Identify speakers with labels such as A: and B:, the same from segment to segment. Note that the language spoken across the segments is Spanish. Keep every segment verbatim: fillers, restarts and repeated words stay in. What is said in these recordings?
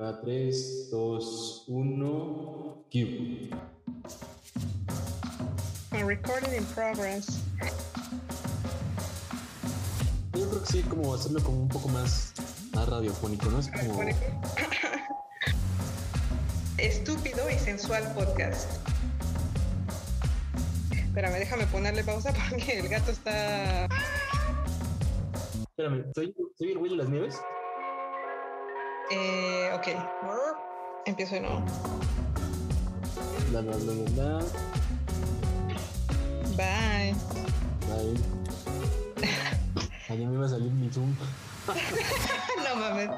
A: Va tres, dos, uno, Q.
B: A recording in progress.
A: Yo creo que sí, como hacerlo como un poco más, más radiofónico, ¿no? Es como...
B: Estúpido y sensual podcast. Espérame, déjame ponerle pausa porque el gato está...
A: Espérame, ¿soy, soy el güey de las nieves?
B: Eh, ok. Empiezo de nuevo.
A: La, la, la, la, la.
B: Bye.
A: Bye. Allá me iba a salir mi Zoom.
B: No mames.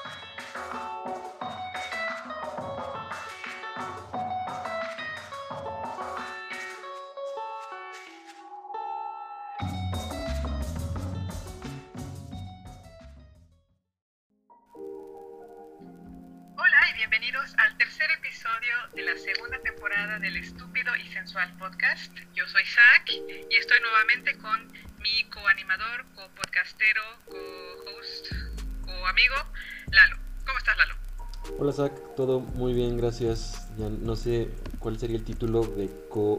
C: Bienvenidos al tercer episodio de la segunda temporada del Estúpido y Sensual Podcast. Yo soy Zach y estoy nuevamente con mi coanimador, co-podcastero, co-host, co-amigo, Lalo. ¿Cómo estás, Lalo?
A: Hola, Zach. Todo muy bien, gracias. Ya no sé cuál sería el título de co...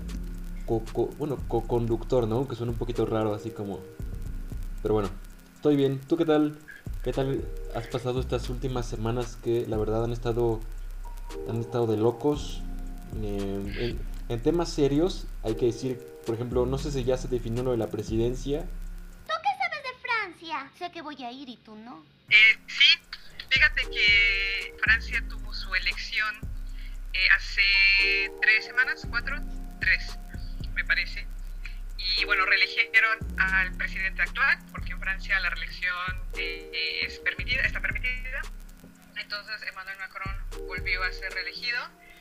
A: co, co bueno, co-conductor, ¿no? Que suena un poquito raro, así como... Pero bueno, estoy bien. ¿Tú qué tal? ¿Qué tal has pasado estas últimas semanas que la verdad han estado han estado de locos? Eh, en, en temas serios hay que decir, por ejemplo, no sé si ya se definió lo de la presidencia.
D: ¿Tú qué sabes de Francia? Sé que voy a ir y tú no.
C: Eh, sí, fíjate que Francia tuvo su elección eh, hace tres semanas, cuatro, tres, me parece. Y bueno, reeligieron al presidente actual, porque en Francia la reelección eh, es permitida, está permitida. Entonces Emmanuel Macron volvió a ser reelegido.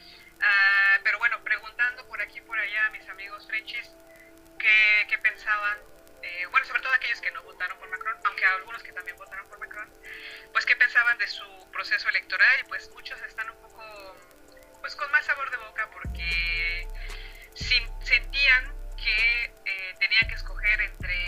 C: Uh, pero bueno, preguntando por aquí y por allá a mis amigos frenchies qué, qué pensaban, eh, bueno, sobre todo aquellos que no votaron por Macron, aunque algunos que también votaron por Macron, pues qué pensaban de su proceso electoral, y pues muchos están un poco, pues con más sabor de boca, porque sin, sentían que eh, tenían que escoger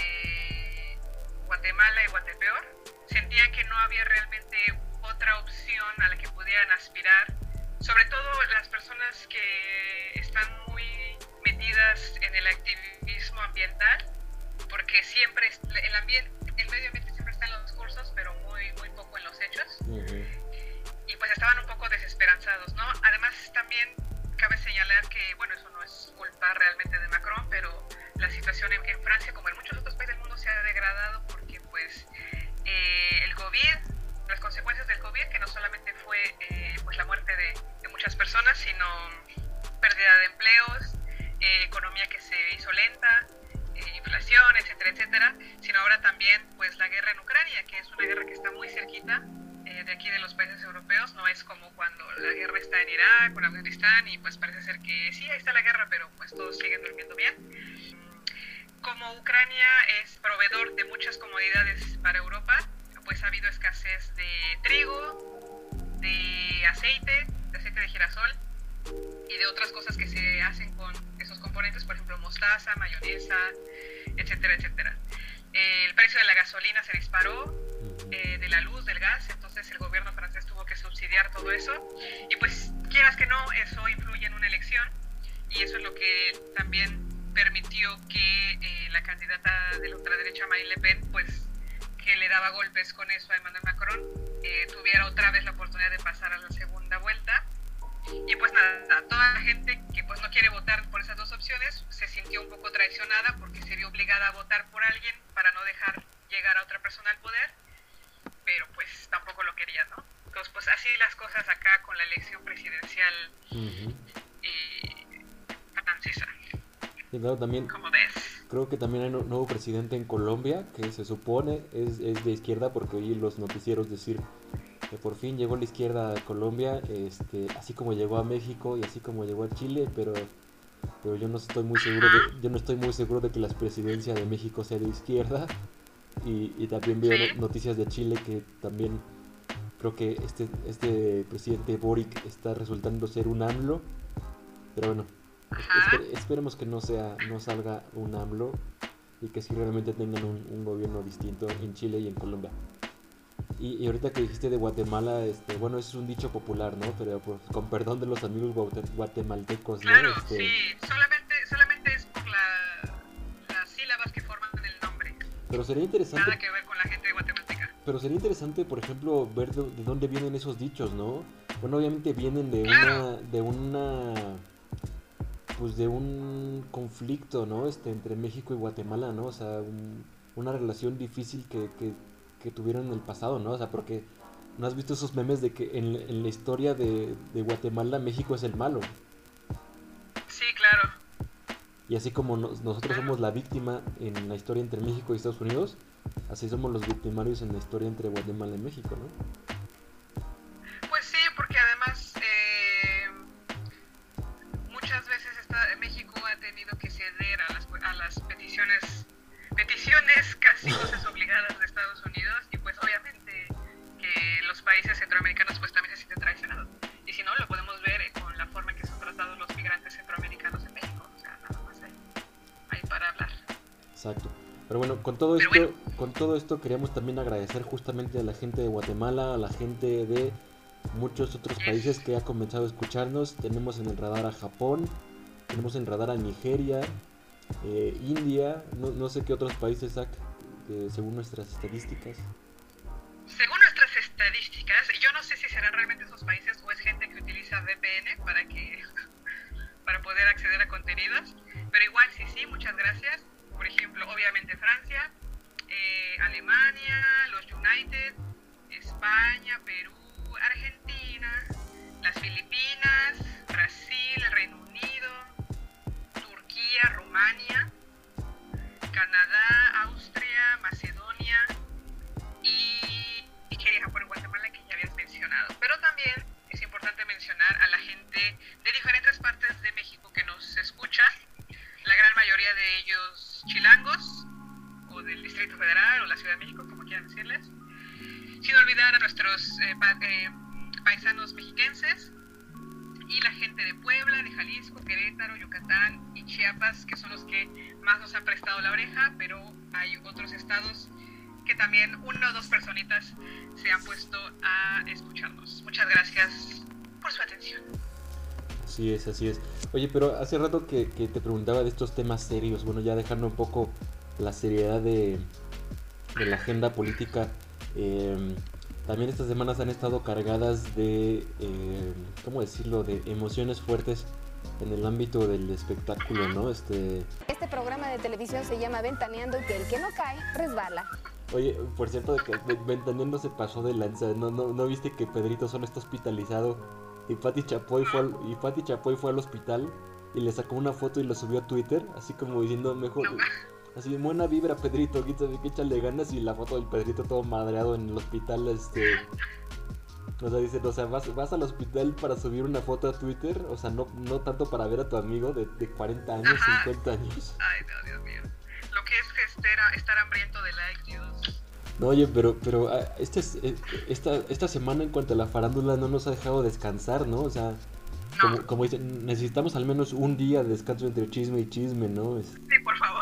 C: entre Guatemala y Guatepeor. Sentían que no había realmente otra opción a la que pudieran aspirar, sobre todo las personas que están muy metidas en el activismo ambiental, porque siempre el ambiente, el medio ambiente siempre está en los discursos, pero muy, muy poco en los hechos. Uh-huh. Y pues estaban un poco desesperanzados, ¿no? Además también cabe señalar que, bueno, eso no es culpa realmente de Macron, pero la situación en, en Francia, como en muchos otros países del mundo, se ha degradado porque, pues, eh, el COVID, las consecuencias del COVID, que no solamente fue, eh, pues, la muerte de, de muchas personas, sino pérdida de empleos, eh, economía que se hizo lenta, eh, inflación, etcétera, etcétera, sino ahora también, pues, la guerra en Ucrania, que es una guerra que está muy cerquita de aquí de los países europeos. No es como cuando la guerra está en Irak o en Afganistán y pues parece ser que sí, ahí está la guerra, pero pues todos siguen durmiendo bien. Como Ucrania es proveedor de muchas comodidades para Europa, pues ha habido escasez de trigo, de aceite, de aceite de girasol y de otras cosas que se hacen con esos componentes, por ejemplo mostaza, mayonesa, etcétera, etcétera. El precio de la gasolina se disparó, eh, de la luz, del gas, entonces el gobierno francés tuvo que subsidiar todo eso, y pues quieras que no, eso influye en una elección, y eso es lo que también permitió que eh, la candidata de la ultraderecha Marine Le Pen, pues que le daba golpes con eso a Emmanuel Macron, eh, tuviera otra vez la oportunidad de pasar a la segunda vuelta. Y pues nada, toda la gente que pues no quiere votar por esas dos opciones se sintió un poco traicionada porque se vio obligada a votar por alguien para no dejar llegar a otra persona al poder, pero pues tampoco lo quería, ¿no? Entonces pues así las cosas acá con la elección presidencial uh-huh. eh, francesa.
A: Y claro, también
C: ¿Cómo ves?
A: Creo que también hay un nuevo presidente en Colombia que se supone es, es de izquierda, porque oí los noticieros decir que por fin llegó la izquierda a Colombia, este, así como llegó a México y así como llegó a Chile, pero, pero yo no estoy muy seguro de, yo no estoy muy seguro de que la presidencia de México sea de izquierda. Y, y también veo ¿Sí? noticias de Chile que también creo que este, este presidente Boric está resultando ser un AMLO, pero bueno, esper, esperemos que no sea, no salga un AMLO y que sí realmente tengan un, un gobierno distinto en Chile y en Colombia. Y, y ahorita que dijiste de Guatemala, este, bueno, es un dicho popular, ¿no? Pero pues, con perdón de los amigos guate, guatemaltecos, ¿no?
C: Claro,
A: Este,
C: sí, solamente, solamente es por la, las sílabas que forman el nombre.
A: pero sería interesante.
C: Nada que ver con la gente guatemalteca.
A: Pero sería interesante, por ejemplo, ver de, de dónde vienen esos dichos, ¿no? Bueno, obviamente vienen de
C: Claro.
A: una, de una, pues de un conflicto, ¿no? Este, entre México y Guatemala, ¿no? O sea, un- una relación difícil que, que, que tuvieron en el pasado, ¿no? O sea, porque ¿no has visto esos memes de que en, en la historia de, de Guatemala México es el malo?
C: Sí, claro.
A: Y así como nos- nosotros somos la víctima en la historia entre México y Estados Unidos, así somos los victimarios en la historia entre Guatemala y México, ¿no?
C: Pues sí, porque además eh, muchas veces está, México ha tenido que ceder a las, a las peticiones, peticiones casi cosas obligadas de Estados Unidos, y pues obviamente que los países centroamericanos pues también se sienten traicionados. Y si no, lo podemos ver eh, con la forma en que son tratados los migrantes centroamericanos en México. O sea, nada más hay, hay para hablar.
A: Exacto. Pero bueno, con todo
C: Pero
A: esto,
C: bueno.
A: con todo esto queríamos también agradecer justamente a la gente de Guatemala, a la gente de muchos otros países que ha comenzado a escucharnos. Tenemos en el radar a Japón, tenemos en el radar a Nigeria, eh, India, no, no sé qué otros países, Zach, eh, según nuestras estadísticas.
C: Según nuestras estadísticas, yo no sé si serán realmente esos países o es gente que utiliza V P N para que para poder acceder a contenidos, pero igual sí, sí, muchas gracias. Por ejemplo, obviamente Francia, eh, Alemania, los United, España, Perú, Argentina, las Filipinas, Brasil, el Reino Unido, Turquía, Rumania, Canadá, Austria, Macedonia y Nigeria, Japón y Guatemala, que ya habías mencionado. Pero también es importante mencionar a la gente de diferentes partes de México que nos escucha, la gran mayoría de ellos chilangos, o del Distrito Federal, o la Ciudad de México, como quieran decirles, sin olvidar a nuestros eh, pa eh, paisanos mexiquenses, y la gente de Puebla, de Jalisco, Querétaro, Yucatán y Chiapas, que son los que más nos han prestado la oreja, pero hay otros estados que también una o dos personitas se han puesto a escucharnos. Muchas gracias por su atención.
A: Así es, así es. Oye, pero hace rato que, que te preguntaba de estos temas serios, bueno, ya dejando un poco la seriedad de, de la agenda política, eh, también estas semanas han estado cargadas de, eh, ¿cómo decirlo?, de emociones fuertes en el ámbito del espectáculo, ¿no? Este...
E: Este programa de televisión se llama Ventaneando y que el que no cae, resbala.
A: Oye, por cierto, de que Ventaneando se pasó de lanza, ¿no, no, no viste que Pedrito solo está hospitalizado? Y Pati Chapoy fue al, y Pati Chapoy fue al hospital y le sacó una foto y lo subió a Twitter, así como diciendo mejor, así buena vibra Pedrito, que échale ganas, y la foto del Pedrito todo madreado en el hospital, este, o sea, dicen, o sea, vas, vas al hospital para subir una foto a Twitter, o sea, no, no tanto para ver a tu amigo de, de cuarenta años,
C: Ajá.
A: cincuenta años.
C: Ay, no, Dios mío. Lo que es estar, estar hambriento de like, Dios.
A: No, oye, pero, pero ah, este es, eh, esta, esta semana en cuanto a la farándula no nos ha dejado descansar, ¿no? O sea, como, como dicen, necesitamos al menos un día de descanso entre chisme y chisme, ¿no? Es,
C: Sí, por favor.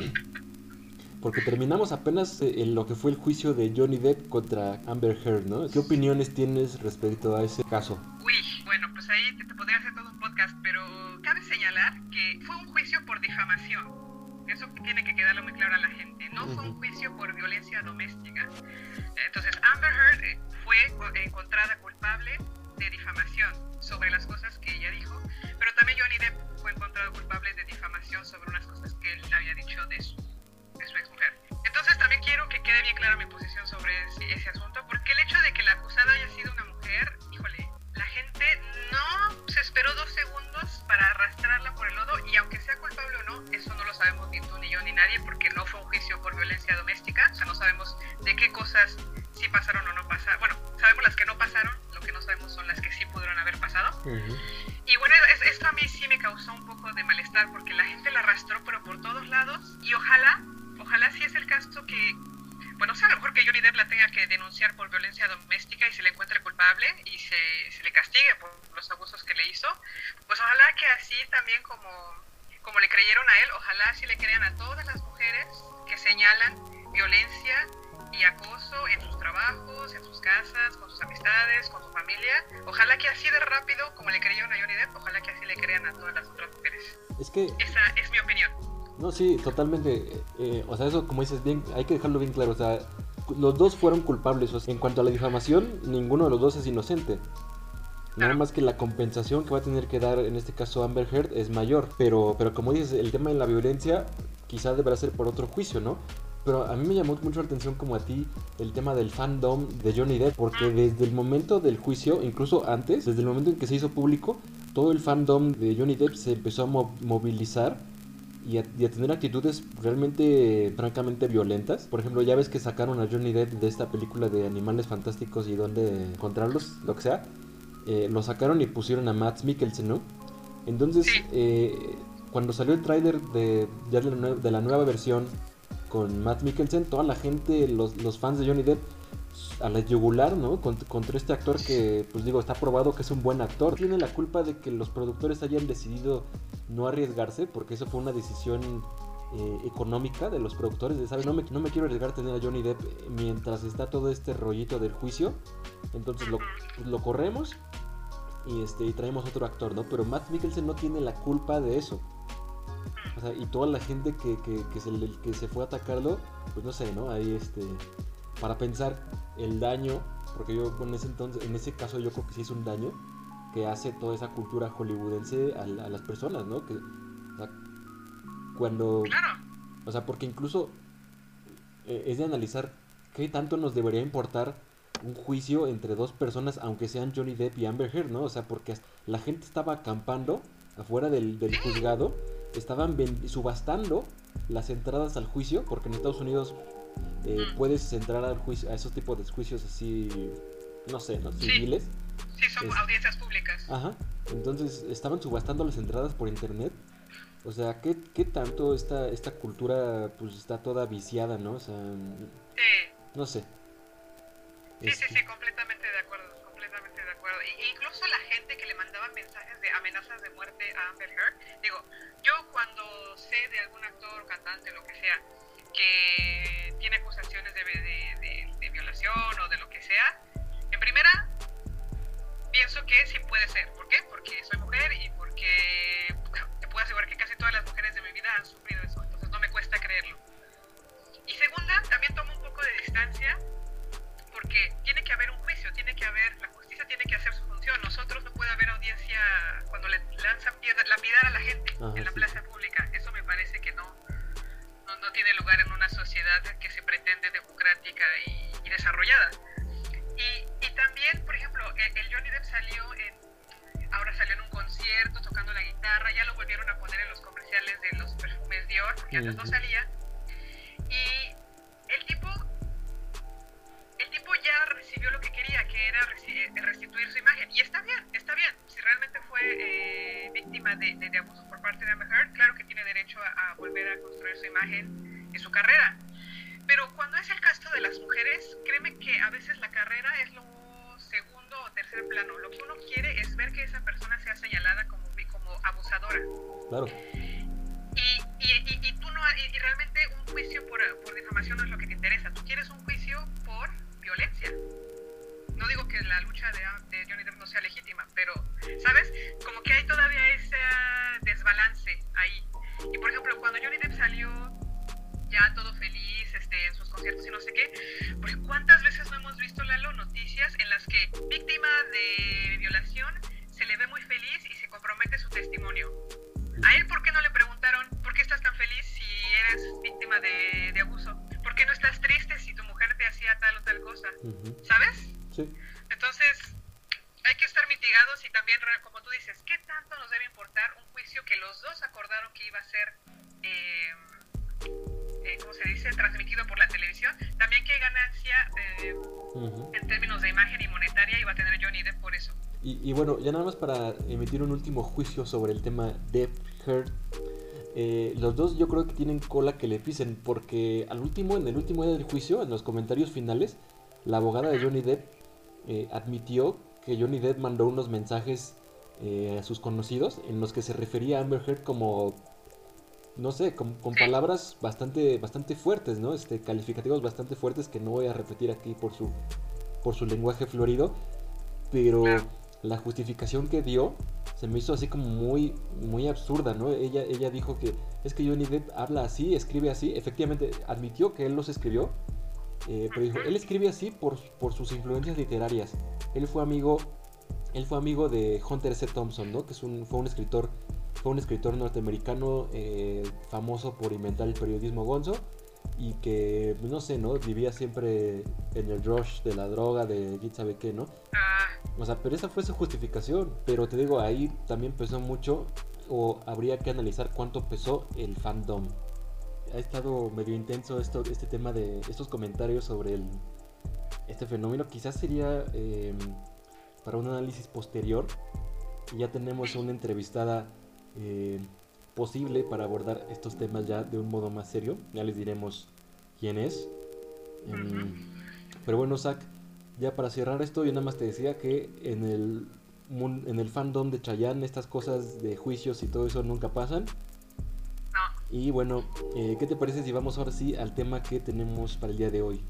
A: porque terminamos apenas eh, en lo que fue el juicio de Johnny Depp contra Amber Heard, ¿no? ¿Qué opiniones tienes respecto a ese caso?
C: Uy, bueno, pues ahí te, te podría hacer todo un podcast, pero cabe señalar que fue un juicio por difamación. Eso tiene que quedarle muy claro a la gente. No fue un juicio por violencia doméstica. Entonces, Amber Heard fue encontrada culpable de difamación sobre las cosas que ella dijo, pero también Johnny Depp fue encontrado culpable de difamación sobre unas cosas que él había dicho de su, de su exmujer. Entonces, también quiero que quede bien clara mi posición sobre ese, ese asunto, porque el hecho de que la acusada haya sido una mujer, híjole, la gente no se esperó dos segundos para arrastrarla por el lodo, y aunque sea culpable o no, eso no lo sabemos ni tú, ni yo, ni nadie, porque no fue un juicio por violencia doméstica. O sea, no sabemos de qué cosas sí pasaron o no pasaron. Bueno, sabemos las que no pasaron, lo que no sabemos son las que sí pudieron haber pasado. Uh-huh. Y bueno, es, esto a mí sí me causó un poco de malestar, porque la gente la arrastró, pero por todos lados, y ojalá, ojalá sí es el caso que, bueno, o sea, a lo mejor que Johnny Depp la tenga que denunciar por violencia doméstica y se le encuentre culpable y se, se le castigue por los abusos que le hizo. Pues ojalá que así también como, como le creyeron a él, ojalá sí le crean a todas las mujeres que señalan violencia y acoso en sus trabajos, en sus casas, con sus amistades, con su familia. Ojalá que así de rápido, como le creyeron a Johnny Depp, ojalá que así le crean a todas las otras mujeres.
A: Es que...
C: Esa es mi opinión.
A: No, sí, totalmente. Eh, o sea, eso como dices, bien, hay que dejarlo bien claro. O sea, los dos fueron culpables. O sea, en cuanto a la difamación, ninguno de los dos es inocente. Nada
C: Claro.
A: más que la compensación que va a tener que dar, en este caso Amber Heard, es mayor. Pero, pero como dices, el tema de la violencia quizás deberá ser por otro juicio, ¿no? Pero a mí me llamó mucho la atención, como a ti, el tema del fandom de Johnny Depp. Porque desde el momento del juicio, incluso antes, desde el momento en que se hizo público, todo el fandom de Johnny Depp se empezó a mo- movilizar y a, y a tener actitudes realmente, francamente violentas. Por ejemplo, ya ves que sacaron a Johnny Depp de esta película de Animales Fantásticos y dónde encontrarlos, lo que sea. Eh, lo sacaron y pusieron a Mads Mikkelsen, ¿no? Entonces,
C: Sí.
A: eh, cuando salió el tráiler de, ya de, la nue- de la nueva versión con Mads Mikkelsen, toda la gente, los, los fans de Johnny Depp, a la yugular, ¿no? Cont- contra este actor que, pues digo, está probado que es un buen actor. Tiene la culpa de que los productores hayan decidido no arriesgarse, porque eso fue una decisión eh, económica de los productores, de, ¿sabes? No me, no me quiero arriesgar a tener a Johnny Depp mientras está todo este rollito del juicio, entonces lo, pues, lo corremos y, este, y traemos otro actor, ¿no? Pero Matt Mikkelsen no tiene la culpa de eso. O sea, y toda la gente que, que, que, se, le- que se fue a atacarlo, pues no sé, ¿no? Ahí, este, para pensar el daño, porque yo en ese entonces, en ese caso yo creo que sí es un daño que hace toda esa cultura hollywoodense a, la- a las personas, ¿no? Que, o sea, cuando,
C: Claro.
A: o sea, porque incluso eh, es de analizar qué tanto nos debería importar un juicio entre dos personas, aunque sean Johnny Depp y Amber Heard, ¿no? O sea, porque hasta la gente estaba acampando afuera del, del juzgado, estaban ven- subastando las entradas al juicio, porque en Estados Unidos eh, puedes entrar al juicio, a esos tipos de juicios así, no sé, ¿no?
C: Sí.
A: Civiles.
C: Sí, son
A: Es-
C: audiencias públicas.
A: Ajá. Entonces estaban subastando las entradas por internet. O sea, ¿qué, qué tanto esta, esta cultura pues está toda viciada, ¿no? O sea,
C: Sí.
A: no sé.
C: Sí, sí,
A: Este,
C: sí, completamente de acuerdo, completamente de acuerdo. Y, incluso la gente que le mandaba mensajes de amenazas de muerte a Amber Heard, digo, yo cuando sé de algún actor o cantante, lo que sea, que tiene acusaciones de, de, de, de violación o de lo que sea, en primera, pienso que sí puede ser. ¿Por qué? Porque soy mujer y porque te puedo asegurar que casi todas las mujeres de mi vida han sufrido eso, entonces no me cuesta creerlo. Y segunda, también tomo un poco de distancia porque tiene que haber un juicio, tiene que haber, la justicia tiene que hacer su función. Nosotros no puede haber audiencia cuando le lanzan piedra, lapidar a la gente
A: Ajá,
C: en la
A: sí.
C: plaza pública. Eso me parece que no, no, no tiene lugar en una sociedad que se pretende democrática y, y desarrollada. Y, y también, por ejemplo, el, el Johnny Depp salió en, ahora salió en un concierto tocando la guitarra, ya lo volvieron a poner en los comerciales de los perfumes Dior, porque antes no
A: Ujú.
C: salía. Y el tipo el tipo ya recibió lo que quería, que era reci- restituir su imagen. Y está bien, está bien. Si realmente fue eh, víctima de, de, de abuso por parte de Amber Heard, claro que tiene derecho a, a volver a construir su imagen y su carrera. Pero cuando es el caso de las mujeres, créeme que a veces la carrera es lo segundo o tercer plano. Lo que uno quiere es ver que esa persona sea señalada como, como abusadora.
A: claro.
C: Y, y, y, y tú no, y, y realmente un juicio por, por difamación no es lo que te interesa. Tú quieres un juicio por violencia. No digo que la lucha de, de Johnny Depp no sea legítima, pero, ¿sabes? Como que hay todavía ese desbalance ahí. Y por ejemplo, cuando Johnny Depp salió ya todo feliz este, en sus conciertos y no sé qué, porque ¿cuántas veces no hemos visto, Lalo, noticias en las que víctima de violación se le ve muy feliz y se compromete su testimonio? ¿A él por qué no le preguntaron por qué estás tan feliz si eres víctima de, de abuso? ¿Por qué no estás triste si tu mujer te hacía tal o tal cosa?
A: Ujú.
C: ¿Sabes?
A: Sí.
C: Entonces, hay que estar mitigados y también, como tú dices, ¿qué tanto nos debe importar un juicio que los dos acordaron que iba a ser, eh, eh, ¿cómo se dice?, transmitido por la televisión? También qué ganancia eh,
A: Ujú.
C: en términos de imagen y monetaria iba a tener Johnny Depp por eso.
A: Y, y bueno, ya nada más para emitir un último juicio sobre el tema Depp Heard. Eh, los dos yo creo que tienen cola que le pisen, porque al último, en el último día del juicio, en los comentarios finales, la abogada de Johnny Depp eh, admitió que Johnny Depp mandó unos mensajes eh, a sus conocidos en los que se refería a Amber Heard como no sé, con, con
C: Sí.
A: palabras bastante, bastante fuertes, ¿no? Este, calificativos bastante fuertes que no voy a repetir aquí por su, por su lenguaje florido, pero
C: Claro.
A: la justificación que dio se me hizo así como muy, muy absurda, ¿no? Ella, ella dijo que es que Johnny Depp habla así, escribe así, efectivamente admitió que él los escribió, eh, pero dijo, él escribe así por, por sus influencias literarias. Él fue amigo, él fue amigo de Hunter S. Thompson, ¿no? Que es un, fue un escritor, fue un escritor norteamericano eh, famoso por inventar el periodismo gonzo y que, no sé, ¿no? Vivía siempre en el rush de la droga, de quién sabe qué, ¿no?
C: Ah,
A: O sea, pero esa fue su justificación. Pero te digo, ahí también pesó mucho, o habría que analizar cuánto pesó el fandom. Ha estado medio intenso esto, este tema de estos comentarios sobre el, este fenómeno. Quizás sería eh, para un análisis posterior. Y ya tenemos una entrevistada eh, posible para abordar estos temas ya de un modo más serio. Ya les diremos quién es. Um, pero bueno, Zach, ya para cerrar esto, yo nada más te decía que en el, en el fandom de Chayanne estas cosas de juicios y todo eso nunca pasan.
C: no.
A: Y bueno, eh, ¿qué te parece si vamos ahora sí al tema que tenemos para el día de hoy?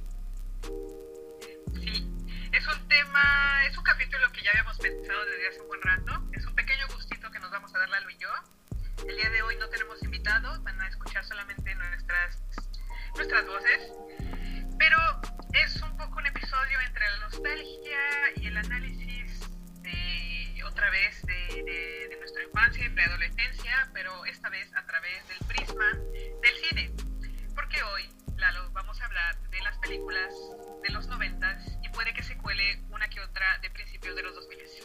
C: Sí, es un tema, es un capítulo que ya habíamos pensado desde hace un buen rato. Es un pequeño gustito que nos vamos a dar Lalo y yo. El día de hoy no tenemos invitados, van a escuchar solamente nuestras, nuestras voces. Pero es un poco un episodio entre la nostalgia y el análisis de, otra vez, de, de, de nuestra infancia y preadolescencia, pero esta vez a través del prisma del cine. Porque hoy, Lalo, vamos a hablar de las películas de los noventas y puede que se cuele una que otra de principios de los dos miles.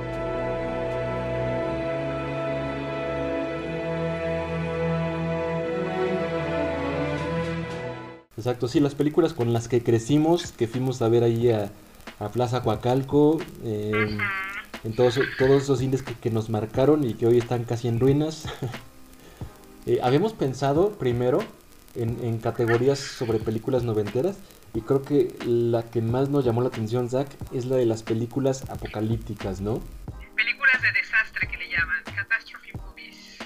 A: Exacto, sí, las películas con las que crecimos, que fuimos a ver ahí a, a Plaza Coacalco, eh, en todos, todos esos cines que, que nos marcaron y que hoy están casi en ruinas. eh, habíamos pensado primero en, en categorías sobre películas noventeras y creo que la que más nos llamó la atención, Zach, es la de las películas apocalípticas, ¿no?
C: Películas de desastre que le llaman, catastrophe movies.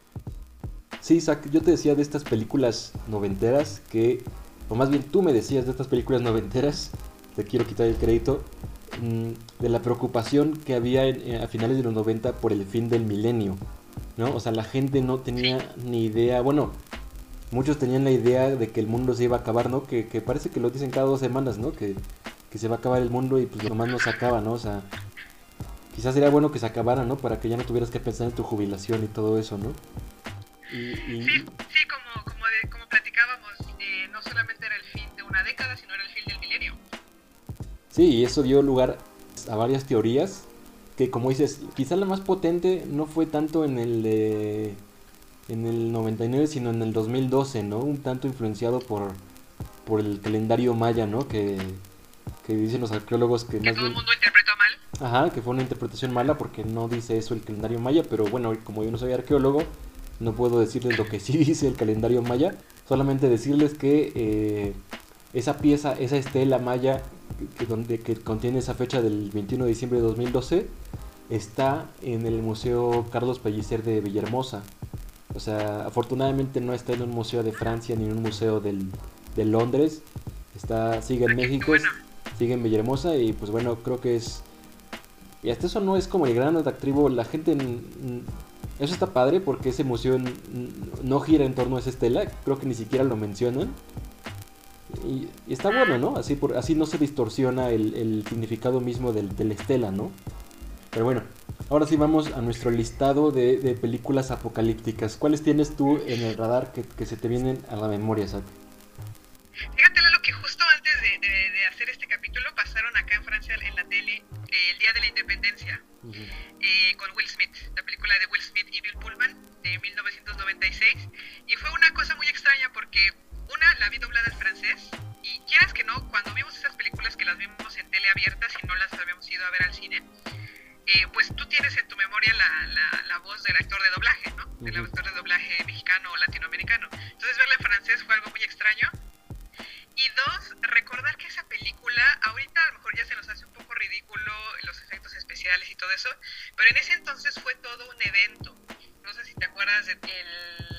A: Sí, Zach, yo te decía de estas películas noventeras que, o más bien tú me decías de estas películas noventeras, te quiero quitar el crédito, mmm, de la preocupación que había en, a finales de los noventa por el fin del milenio, ¿no? O sea, la gente no tenía ni idea, bueno, muchos tenían la idea de que el mundo se iba a acabar, ¿no? Que, que parece que lo dicen cada dos semanas, ¿no? Que, que se va a acabar el mundo y pues nomás no se acaba, ¿no? O sea, quizás sería bueno que se acabara, ¿no? Para que ya no tuvieras que pensar en tu jubilación y todo eso, ¿no? Y, y...
C: Sí, sí, como, como, de, como platicábamos, eh, no solamente era el fin de una década, sino era el fin del milenio.
A: Sí, y eso dio lugar a varias teorías que, como dices, quizá la más potente no fue tanto en el eh, en el noventa y nueve, sino en el dos mil doce, ¿no? Un tanto influenciado por, por el calendario maya, ¿no? Que, que dicen los arqueólogos que,
C: Que
A: más
C: todo el
A: bien...
C: mundo interpretó mal.
A: Ajá, que fue una interpretación mala porque no dice eso el calendario maya, pero bueno, como yo no soy arqueólogo, no puedo decirles lo que sí dice el calendario maya, solamente decirles que eh, esa pieza, esa estela maya que, donde, que contiene esa fecha del veintiuno de diciembre de dos mil doce, está en el Museo Carlos Pellicer de Villahermosa. O sea, afortunadamente no está en un museo de Francia ni en un museo del, de Londres, está, sigue en México,
C: bueno.
A: sigue en Villahermosa y pues bueno, creo que es... Y hasta eso no es como el gran atractivo, la gente... Eso está padre porque ese museo no gira en torno a esa estela, creo que ni siquiera lo mencionan. Y, y está bueno, ¿no? Así, por, así no se distorsiona el, el significado mismo del, de la estela, ¿no? Pero bueno, ahora sí vamos a nuestro listado de, de películas apocalípticas. ¿Cuáles tienes tú en el radar que, que se te vienen a la memoria, Zach?
C: Fíjate, Lalo, que justo antes de, de, de hacer este capítulo pasaron acá en Francia en la tele eh, el Día de la Independencia, uh-huh. eh, con Will Smith, la película de Will Smith y Bill Pullman de mil novecientos noventa y seis, y fue una cosa muy extraña porque una, la vi doblada en francés, y quieras que no, cuando vimos esas películas que las vimos en tele abierta, si no las habíamos ido a ver al cine, eh, pues tú tienes en tu memoria la, la, la voz del actor de doblaje, ¿no? Uh-huh. Del actor de doblaje mexicano o latinoamericano. Entonces verla en francés fue algo muy extraño. Y dos, recordar que esa película, ahorita a lo mejor ya se nos hace un poco ridículo los efectos especiales y todo eso, pero en ese entonces fue todo un evento. No sé si te acuerdas del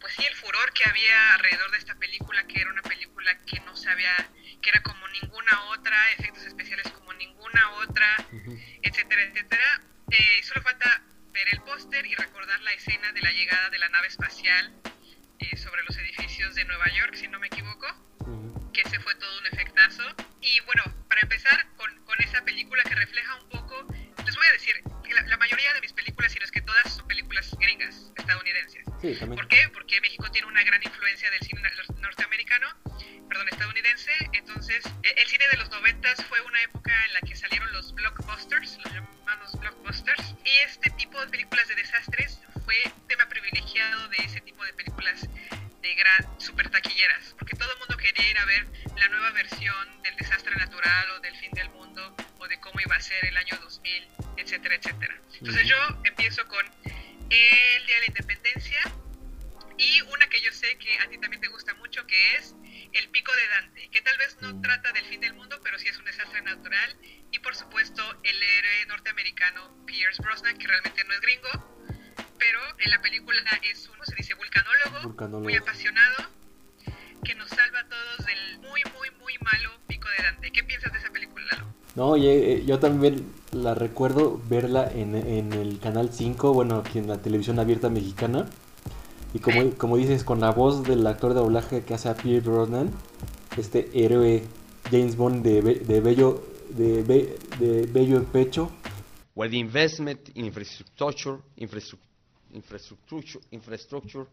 C: pues sí, el furor que había alrededor de esta película, que era una película que no se había, que era como ninguna otra, efectos especiales como ninguna otra, uh-huh. etcétera, etcétera. Eh, solo falta ver el póster y recordar la escena de la llegada de la nave espacial eh, sobre los edificios de Nueva York, si no me equivoco, uh-huh. que ese fue todo un efectazo. Y bueno, para empezar con, con esa película que refleja un poco, les voy a decir, la, la mayoría de mis películas, si no es que todas, son películas gringas, estadounidenses.
A: Sí, también.
C: ¿Por qué? Porque México tiene una gran influencia del cine norteamericano, perdón, estadounidense. Entonces, el cine de los noventas fue una época en la que salieron los blockbusters, los llamados blockbusters, y este tipo de películas de desastres fue tema privilegiado de ese tipo de películas de gran, super taquilleras, porque todo el mundo quería ir a ver la nueva versión del desastre natural o del fin del mundo o de cómo iba a ser el año dos mil, etcétera, etcétera. Entonces yo empiezo con el Día de la Independencia y una que yo sé que a ti también te gusta mucho, que es El Pico de Dante, que tal vez no trata del fin del mundo, pero sí es un desastre natural, y por supuesto el héroe norteamericano Pierce Brosnan, que realmente no es gringo, pero en la película es un, se dice, vulcanólogo, vulcanólogo, muy apasionado, que nos salva a todos del muy, muy, muy malo Pico de Dante. ¿Qué piensas de esa película, Lalo?
A: No, oye, yo también la recuerdo verla en, en el Canal cinco, bueno, aquí en la televisión abierta mexicana. Y como, ¿Sí? como dices, con la voz del actor de doblaje que hace a Pierce Brosnan, este héroe James Bond de, de bello de, be, de bello en pecho.
F: Where the investment in infrastructure, infrastructure, infrastructure, infrastructure.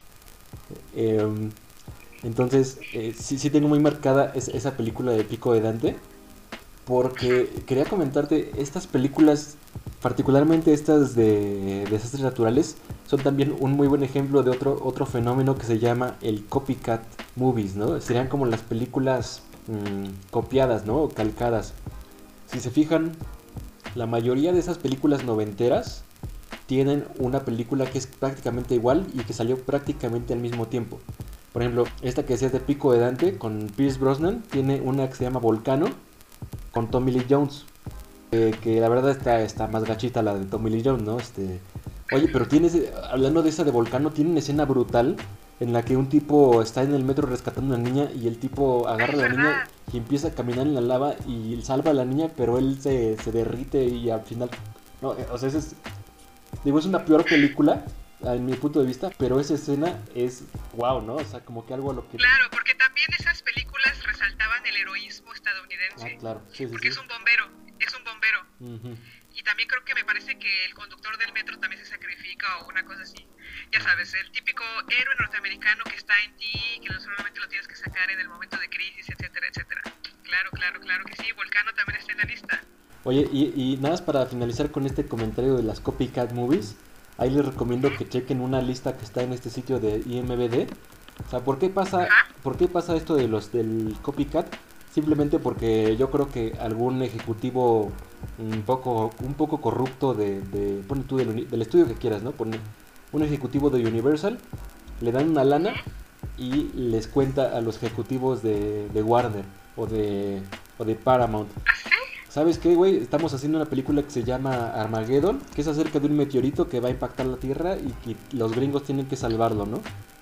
A: Eh, entonces, eh, sí, sí tengo muy marcada es, esa película de Pico de Dante. Porque quería comentarte, estas películas, particularmente estas de desastres naturales, son también un muy buen ejemplo de otro, otro fenómeno que se llama el copycat movies, ¿no? Serían como las películas mmm, copiadas, ¿no? O calcadas. Si se fijan, la mayoría de esas películas noventeras tienen una película que es prácticamente igual y que salió prácticamente al mismo tiempo. Por ejemplo, esta que decías de Pico de Dante con Pierce Brosnan, tiene una que se llama Volcano, con Tommy Lee Jones, eh, que la verdad está, está más gachita la de Tommy Lee Jones, ¿no? Este, oye, pero tienes, hablando de esa de Volcano, tiene una escena brutal en la que un tipo está en el metro rescatando a una niña y el tipo agarra a la niña y empieza a caminar en la lava y salva a la niña, pero él se, se derrite y al final, no, o sea, ese es, digo, es una peor película en mi punto de vista, pero esa escena es wow, ¿no? O sea, como que algo a lo que...
C: Claro, porque también esas películas resaltaban el heroísmo estadounidense.
A: Ah, claro. Sí, sí,
C: porque
A: sí.
C: es un bombero, es un bombero.
A: Uh-huh.
C: Y también creo que me parece que el conductor del metro también se sacrifica o una cosa así. Ya sabes, el típico héroe norteamericano que está en ti, que solamente lo tienes que sacar en el momento de crisis, etcétera, etcétera. Claro, claro, claro que sí. Volcano también está en la lista.
A: Oye, y, y nada más para finalizar con este comentario de las copycat movies, ahí les recomiendo que chequen una lista que está en este sitio de I M D B. O sea, ¿por qué pasa, ¿por qué pasa esto de los del copycat? Simplemente porque yo creo que algún ejecutivo un poco un poco corrupto de, de pone tú del, del estudio que quieras, ¿no? Pone un ejecutivo de Universal, le dan una lana y les cuenta a los ejecutivos de, de Warner o de o de Paramount. ¿Sabes qué, güey? Estamos haciendo una película que se llama Armageddon, que es acerca de un meteorito que va a impactar la Tierra y que los gringos tienen que salvarlo, ¿no?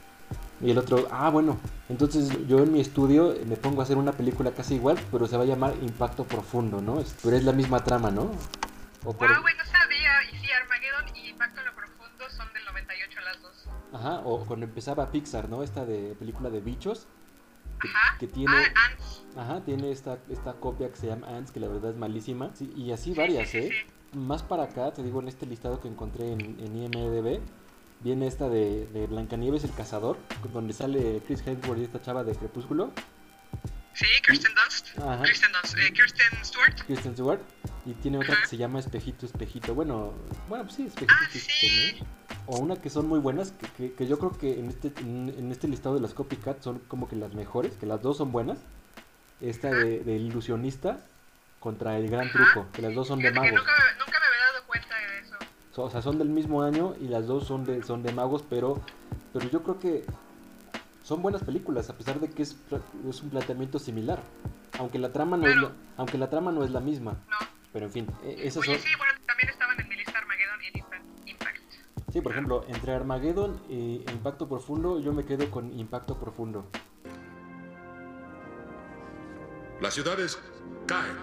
A: Y el otro, ah, bueno, entonces yo en mi estudio me pongo a hacer una película casi igual, pero se va a llamar Impacto Profundo, ¿no? Pero es la misma trama, ¿no?
C: O por... Wow, güey, no sabía. Y sí, Armageddon y Impacto en lo Profundo son del noventa y ocho las dos.
A: Ajá, o cuando empezaba Pixar, ¿no? Esta de película de bichos. Que,
C: ajá,
A: que tiene,
C: ah, Ants.
A: Ajá, tiene esta, esta copia que se llama Ants, que la verdad es malísima. Sí, y así varias, sí, sí, ¿eh? Sí, sí. Más para acá, te digo, en este listado que encontré en, en I M D B, viene esta de, de Blancanieves el Cazador, donde sale Chris Hemsworth y esta chava de Crepúsculo.
C: Sí, Kirsten Dunst. Ajá. Kirsten Dunst, eh, Kirsten Stewart.
A: Kirsten Stewart. Y tiene otra, ajá, que se llama Espejito, Espejito. Bueno, bueno, pues sí, Espejito,
C: ah,
A: Espejito,
C: sí.
A: ¿no? O una que son muy buenas, que, que, que yo creo que en este en, en este listado de las copycat son como que las mejores, que las dos son buenas. Esta de, de Ilusionista contra El Gran, ajá, Truco, que las dos son
C: fíjate
A: de magos.
C: Que nunca, nunca me había dado cuenta de eso.
A: So, o sea, son del mismo año y las dos son de son de magos, pero pero yo creo que son buenas películas, a pesar de que es, es un planteamiento similar, aunque la trama no, claro, es la, aunque la trama no es la misma.
C: No.
A: Pero en fin, esas
C: Oye,
A: son...
C: sí, bueno, también estaban en mi lista Armageddon y Impact.
A: Sí, por ejemplo, entre Armageddon y Impacto Profundo, yo me quedo con Impacto Profundo.
G: Las ciudades caen,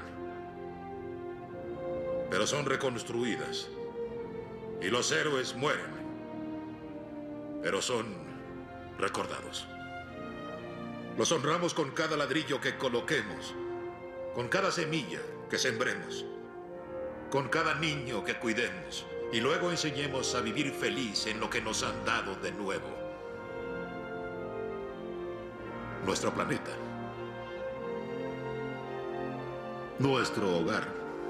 G: pero son reconstruidas. Y los héroes mueren, pero son recordados. Los honramos con cada ladrillo que coloquemos, con cada semilla que sembremos, con cada niño que cuidemos, y luego enseñemos a vivir feliz en lo que nos han dado de nuevo. Nuestro planeta. Nuestro hogar.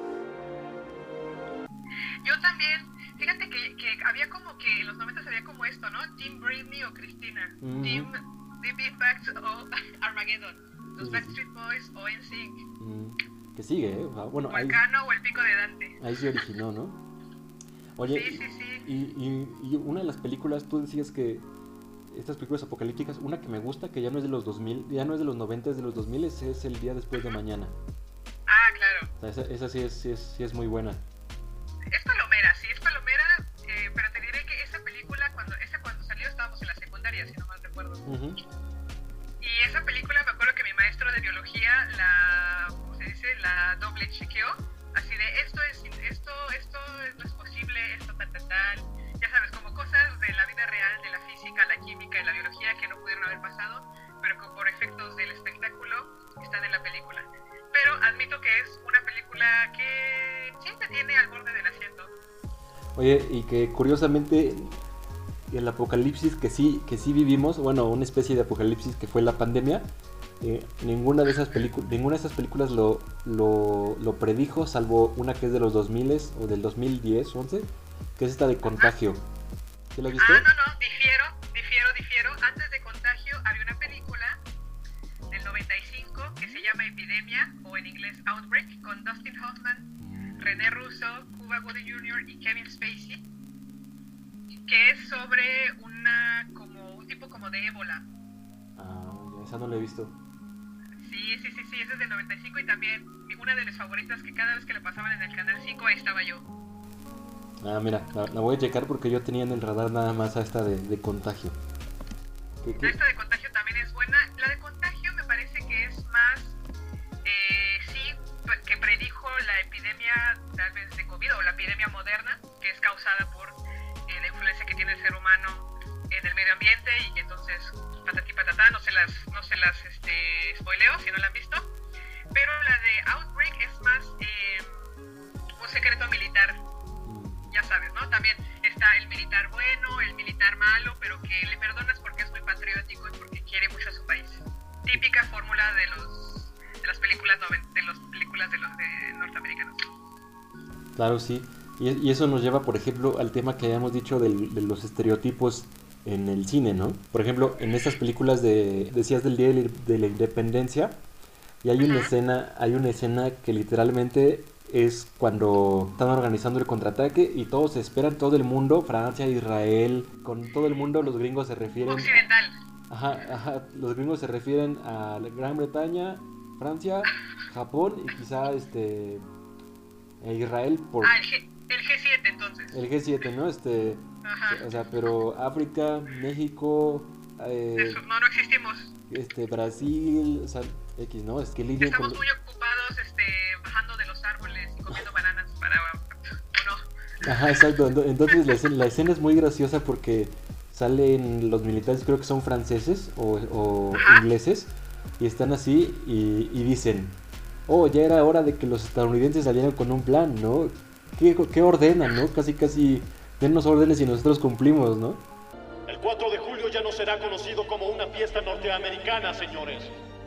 C: Yo también, fíjate que, que había como que en los noventas había como esto, ¿no? Team Britney o Cristina,
A: Mm.
C: Team Deep Impact o Armageddon, los
A: Sí.
C: Backstreet Boys o N Sync,
A: Mm, que sigue, ¿eh? Ah, bueno,
C: o
A: ahí,
C: Arcano o El Pico de Dante.
A: ahí se originó, ¿no? Oye,
C: Sí, sí, sí.
A: Y, y, y una de las películas, tú decías que estas películas apocalípticas, una que me gusta, que ya no es de los dos mil, ya no es de los noventa, es de los dos mil, es, es El Día Después de Mañana.
C: Ah, claro.
A: O sea, esa, esa sí, es, sí, es, sí es muy buena.
C: Es palomera, sí, es palomera, eh, pero te diré que esa película, cuando esa cuando salió estábamos en la secundaria, si no mal recuerdo.
A: Ujú.
C: Y esa película me acuerdo que mi maestro de biología la, ¿cómo se dice? La doble chequeó, así de esto es, esto, esto no es posible, esto tal, tal, tal. Ya sabes, como cosas de la vida real, de la física, la química y la biología que no pudieron haber pasado, pero que por efectos del espectáculo están en la película. Pero admito que es una película que siempre tiene al borde del asiento.
A: Oye, y que curiosamente el apocalipsis que sí, que sí vivimos, bueno, una especie de apocalipsis que fue la pandemia, eh, ninguna de esas películas, ninguna de esas películas lo, lo, lo predijo, salvo una que es de los dos mil o del dos mil diez, once, que es esta de Contagio. ¿Sí la has visto?
C: Ah, no, no, difiero, difiero, difiero. Antes de Contagio había una película del noventa y cinco que se llama Epidemia, o en inglés Outbreak, con Dustin Hoffman, René Russo, Cuba Gooding junior y Kevin Spacey, que es sobre una, como, un tipo como de ébola.
A: Ah, ya, esa no la he visto.
C: Sí, sí, sí, sí, esa es del noventa y cinco y también una de mis favoritas que cada vez que la pasaban en el canal cinco ahí estaba yo.
A: Ah, mira, la, la voy a checar porque yo tenía en el radar nada más a esta de, de Contagio. ¿Qué, qué?
C: Esta de Contagio también es buena. La de Contagio me parece que es más, eh, sí, que predijo la epidemia tal vez de COVID o la epidemia moderna, que es causada por eh, la influencia que tiene el ser humano en el medio ambiente, y entonces patatí patatá, no se las, no se las este, spoileo si no la han visto. Pero la de Outbreak es más eh, un secreto militar. Ya sabes, ¿no? También está el militar bueno, el militar malo, pero que le perdonas porque es muy patriótico y porque quiere mucho a su país. Típica fórmula de los de las películas noven, de las películas de los de norteamericanos.
A: Claro, sí. Y, y eso nos lleva, por ejemplo, al tema que habíamos dicho del, de los estereotipos en el cine, ¿no? Por ejemplo, en estas películas de, decías del Día de la, de la Independencia, y hay una uh-huh. escena, hay una escena que literalmente es cuando están organizando el contraataque y todos esperan, todo el mundo, Francia, Israel, con todo el mundo los gringos se refieren...
C: Occidental.
A: Ajá, ajá, los gringos se refieren a Gran Bretaña, Francia, Japón y quizá este Israel por...
C: Ah, el, G, el G siete entonces.
A: El G siete, ¿no? Este,
C: ajá.
A: O sea, pero África, México... Eh,
C: Eso, no, no existimos.
A: Este, Brasil, o sea, X, ¿no? Es que lidian
C: Estamos
A: con...
C: muy ocupados este, bajando de los árboles y comiendo bananas para... ¿o no?
A: Ajá, exacto. Entonces la escena, la escena es muy graciosa porque salen los militares, creo que son franceses o, o ingleses, y están así y, y dicen, oh, ya era hora de que los estadounidenses salieran con un plan, ¿no? ¿Qué, qué ordenan, no? Casi, casi dennos órdenes y nosotros cumplimos, ¿no?
H: El cuatro de julio ya no será conocido como una fiesta norteamericana, señores,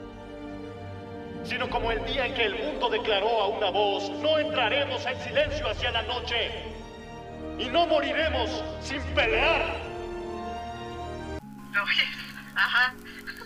H: sino como el día en que el mundo declaró a una voz: no entraremos en silencio hacia la noche y no moriremos sin pelear.
C: Ajá.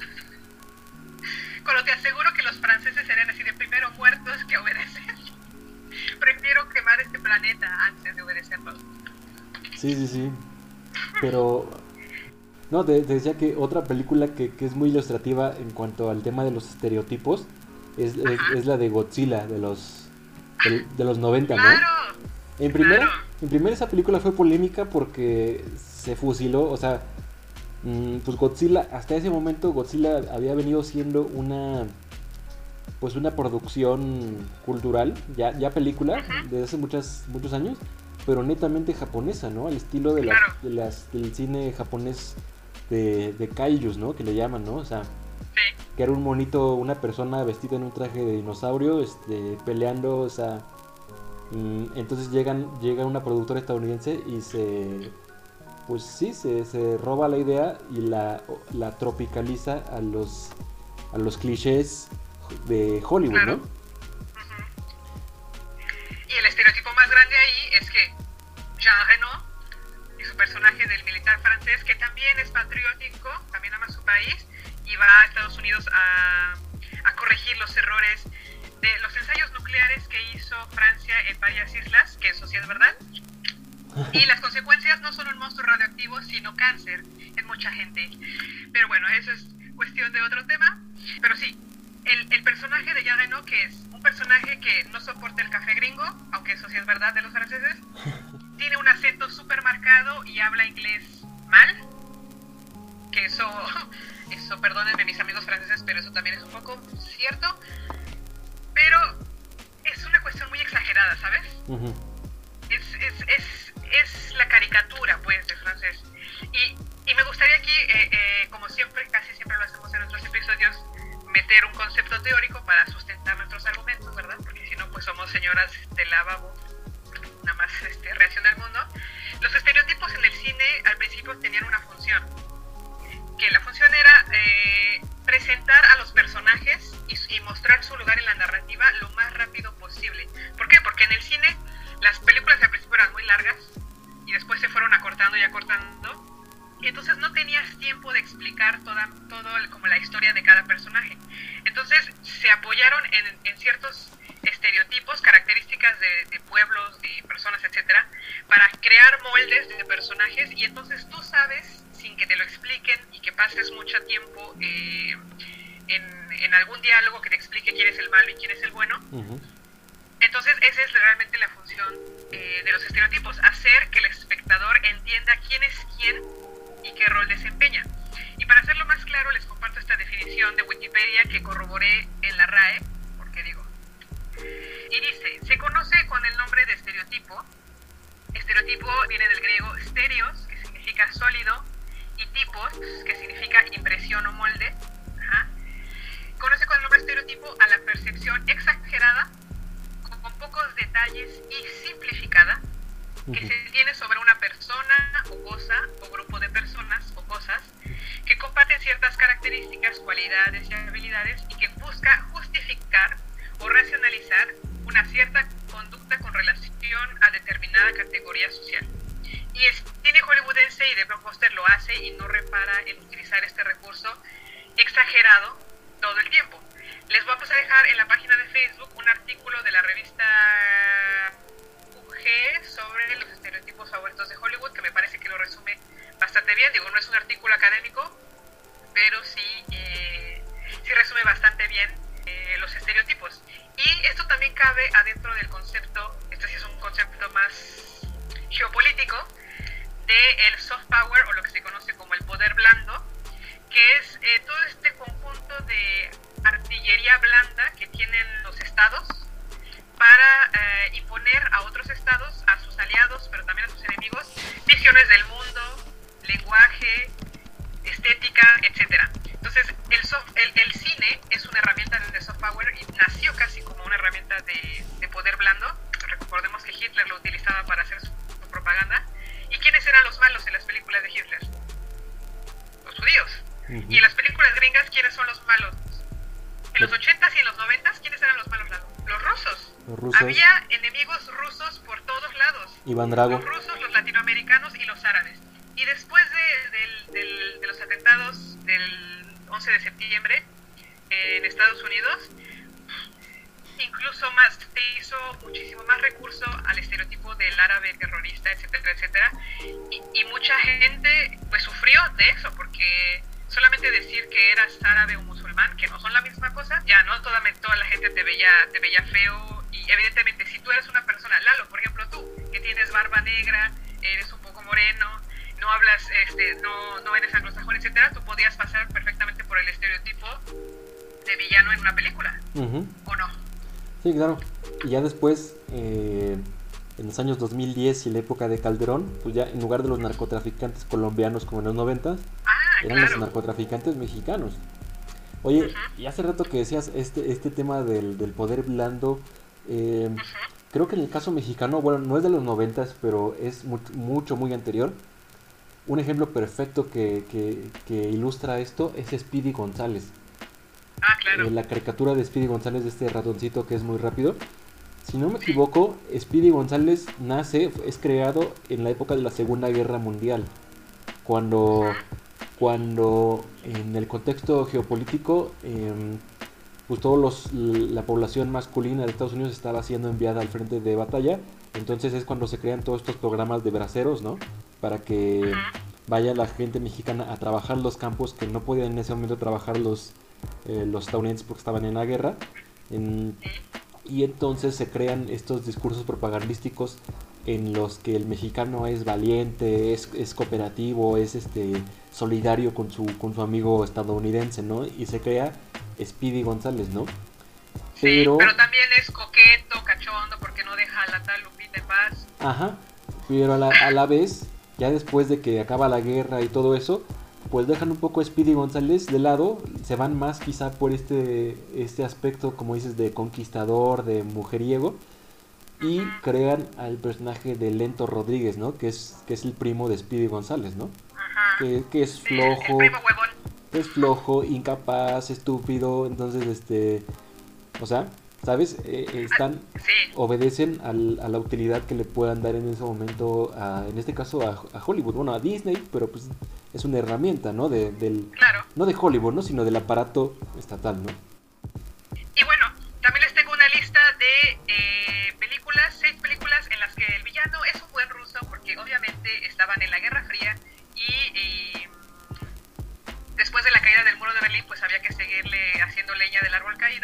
C: Cuando te aseguro que los franceses serían así de primero muertos que obedecen. Prefiero quemar este planeta antes de obedecerlos.
A: Sí, sí, sí. Pero... No, te, te decía que otra película que, que es muy ilustrativa en cuanto al tema de los estereotipos es, es, es la de Godzilla, de los de, de los noventa,
C: claro,
A: ¿no? En primera,
C: Claro.
A: en primera esa película fue polémica porque se fusiló, o sea, mm, pues Godzilla, hasta ese momento Godzilla había venido siendo una, pues una producción cultural, ya, ya película,
C: Ujú.
A: desde hace muchas, muchos años, pero netamente japonesa, ¿no? Al estilo de, las,
C: Claro.
A: de las, del cine japonés de, de kaijus, ¿no? Que le llaman, ¿no? O sea,
C: Sí,
A: que era un monito, una persona vestida en un traje de dinosaurio, este, peleando, o sea, mm, entonces llegan, llega una productora estadounidense y se, pues sí, se, se roba la idea y la, la tropicaliza a los, a los clichés de Hollywood,
C: Claro.
A: ¿no?
C: ujú. Y el estereotipo más grande ahí es que Jean Reno y su personaje del militar francés, que también es patriótico, también ama su país, y va a Estados Unidos a, a corregir los errores de los ensayos nucleares que hizo Francia en varias islas, que eso sí es verdad. Y las consecuencias no son un monstruo radioactivo, sino cáncer en mucha gente. Pero bueno, eso es cuestión de otro tema. Pero sí, el, el personaje de Jean Reno, que es un personaje que no soporta el café gringo, aunque eso sí es verdad de los franceses, tiene un acento súper marcado y habla inglés mal. Que eso, eso, perdónenme mis amigos franceses, pero eso también es un poco cierto. Pero es una cuestión muy exagerada, ¿sabes?
A: Ujú.
C: Es, es, es, es la caricatura, pues, del francés. Y, y me gustaría aquí, eh, eh, como siempre, casi siempre lo hacemos en nuestros episodios, meter un concepto teórico para sustentar nuestros argumentos, ¿verdad? Porque si no, pues somos señoras de lavabo, nada más este, reacción al mundo. Los estereotipos en el cine al principio tenían una función, que la función era eh, presentar a los personajes y, y mostrar su lugar en la narrativa lo más rápido posible. ¿Por qué? Porque en el cine las películas al principio eran muy largas y después se fueron acortando y acortando, y entonces no tenías tiempo de explicar toda todo el, como la historia de cada personaje. Entonces se apoyaron en, en ciertos estereotipos, características de, de pueblos, de personas, etcétera, para crear moldes de personajes, y entonces tú sabes, sin que te lo expliquen y que pases mucho tiempo eh, en, en algún diálogo que te explique quién es el malo y quién es el bueno.
A: Ujú.
C: Entonces esa es realmente la función eh, de los estereotipos, hacer que el espectador entienda quién es quién y qué rol desempeña. Y para hacerlo más claro les comparto esta definición de Wikipedia que corroboré en la R A E, porque digo, y dice, se conoce con el nombre de estereotipo. Estereotipo viene del griego stereos, que significa sólido, y tipos, que significa impresión o molde. Ajá. Conoce con el nombre estereotipo a la percepción exagerada, con pocos detalles y simplificada, que
A: Ujú.
C: se tiene sobre una persona o cosa o grupo de personas o cosas que comparten ciertas características, cualidades y habilidades, y que busca justificar o racionalizar una cierta conducta con relación a determinada categoría social. Y el cine hollywoodense y de blockbuster lo hace y no repara en utilizar este recurso exagerado todo el tiempo. Les vamos a dejar en la página de Facebook un artículo de la revista U G sobre los estereotipos favoritos de Hollywood, que me parece que lo resume bastante bien. Digo, no es un artículo académico, pero sí, eh, sí resume bastante bien eh, los estereotipos. Y esto también cabe adentro del concepto, este sí es un concepto más geopolítico, de el soft power, o lo que se conoce como el poder blando, que es eh, todo este conjunto de artillería blanda que tienen los estados para eh, imponer a otros estados, a sus aliados, pero también a sus enemigos, visiones del mundo, lenguaje, estética, etcétera. Entonces, el, soft, el, el cine es una herramienta de soft power y nació casi como una herramienta de, de poder blando. Recordemos que Hitler lo utilizaba para hacer su, su propaganda. ¿Y quiénes eran los malos en las películas de Hitler? Los judíos.
A: Ujú.
C: Y en las películas gringas, ¿quiénes son los malos? En los ochentas y en los noventas, ¿quiénes eran los malos lados? Los rusos.
A: Los rusos.
C: Había enemigos rusos por todos lados.
A: Iván Drago.
C: Los rusos, los latinoamericanos y los árabes. Y después de, del, del, de los atentados del once de septiembre eh, en Estados Unidos, incluso más se hizo muchísimo más recurso al estereotipo del árabe terrorista, etcétera, etcétera. Y, y mucha gente pues sufrió de eso, porque solamente decir que eras árabe o musulmán, que no son la misma cosa, ya no toda, toda la gente te veía, te veía feo. Y evidentemente si tú eres una persona, Lalo, por ejemplo tú, que tienes barba negra, eres un poco moreno, no hablas, este, no, no eres anglosajón, etcétera, tú podías pasar perfectamente por el estereotipo de villano en una película,
A: Uh-huh.
C: ¿o no?
A: Sí, claro. Y ya después, eh, en los años dos mil diez y la época de Calderón, pues ya en lugar de los narcotraficantes colombianos como en los noventa,
C: Ah,
A: eran
C: claro.
A: los narcotraficantes mexicanos. Oye,
C: Ujú.
A: y hace rato que decías este, este tema del, del poder blando, eh,
C: Ujú.
A: creo que en el caso mexicano, bueno, no es de los noventas, pero es mu- mucho, muy anterior. Un ejemplo perfecto que, que, que ilustra esto es Speedy González.
C: Ah, claro.
A: Eh, la caricatura de Speedy González, de este ratoncito que es muy rápido. Si no me equivoco, Speedy González nace, es creado en la época de la Segunda Guerra Mundial. Cuando, cuando en el contexto geopolítico, em, pues todos los, la población masculina de Estados Unidos estaba siendo enviada al frente de batalla. Entonces es cuando se crean todos estos programas de braceros, ¿no? Para que vaya la gente mexicana a trabajar los campos que no podían en ese momento trabajar los, eh, los estadounidenses porque estaban en la guerra. En- y entonces se crean estos discursos propagandísticos en los que el mexicano es valiente, es, es cooperativo, es este solidario con su, con su amigo estadounidense, ¿no? Y se crea Speedy González, ¿no?
C: Sí,
A: Pero,
C: pero también es coqueto, cachondo, porque no deja a la tal Lupita en paz.
A: ajá, pero a la, a la vez, ya después de que acaba la guerra y todo eso, pues dejan un poco a Speedy González de lado, se van más quizá por este, este aspecto, como dices, de conquistador, de mujeriego, y crean al personaje de Lento Rodríguez, ¿no? Que es, que es el primo de Speedy González, ¿no?
C: Ajá.
A: Que, que es
C: Sí, el- el
A: flojo,
C: primo huevón.
A: es flojo, incapaz, estúpido, entonces, este, o sea, ¿sabes? Eh, eh, están,
C: Sí,
A: obedecen al- a la utilidad que le puedan dar en ese momento, a- en este caso a, a Hollywood, bueno, a Disney, pero pues es una herramienta, ¿no? De, del,
C: claro.
A: no de Hollywood, ¿no? Sino del aparato estatal, ¿no?
C: Y bueno, también les tengo una lista de eh, películas, seis películas en las que el villano es un buen ruso, porque obviamente estaban en la Guerra Fría y, y, mm, después de la caída del muro de Berlín, pues había que seguirle haciendo leña del árbol caído.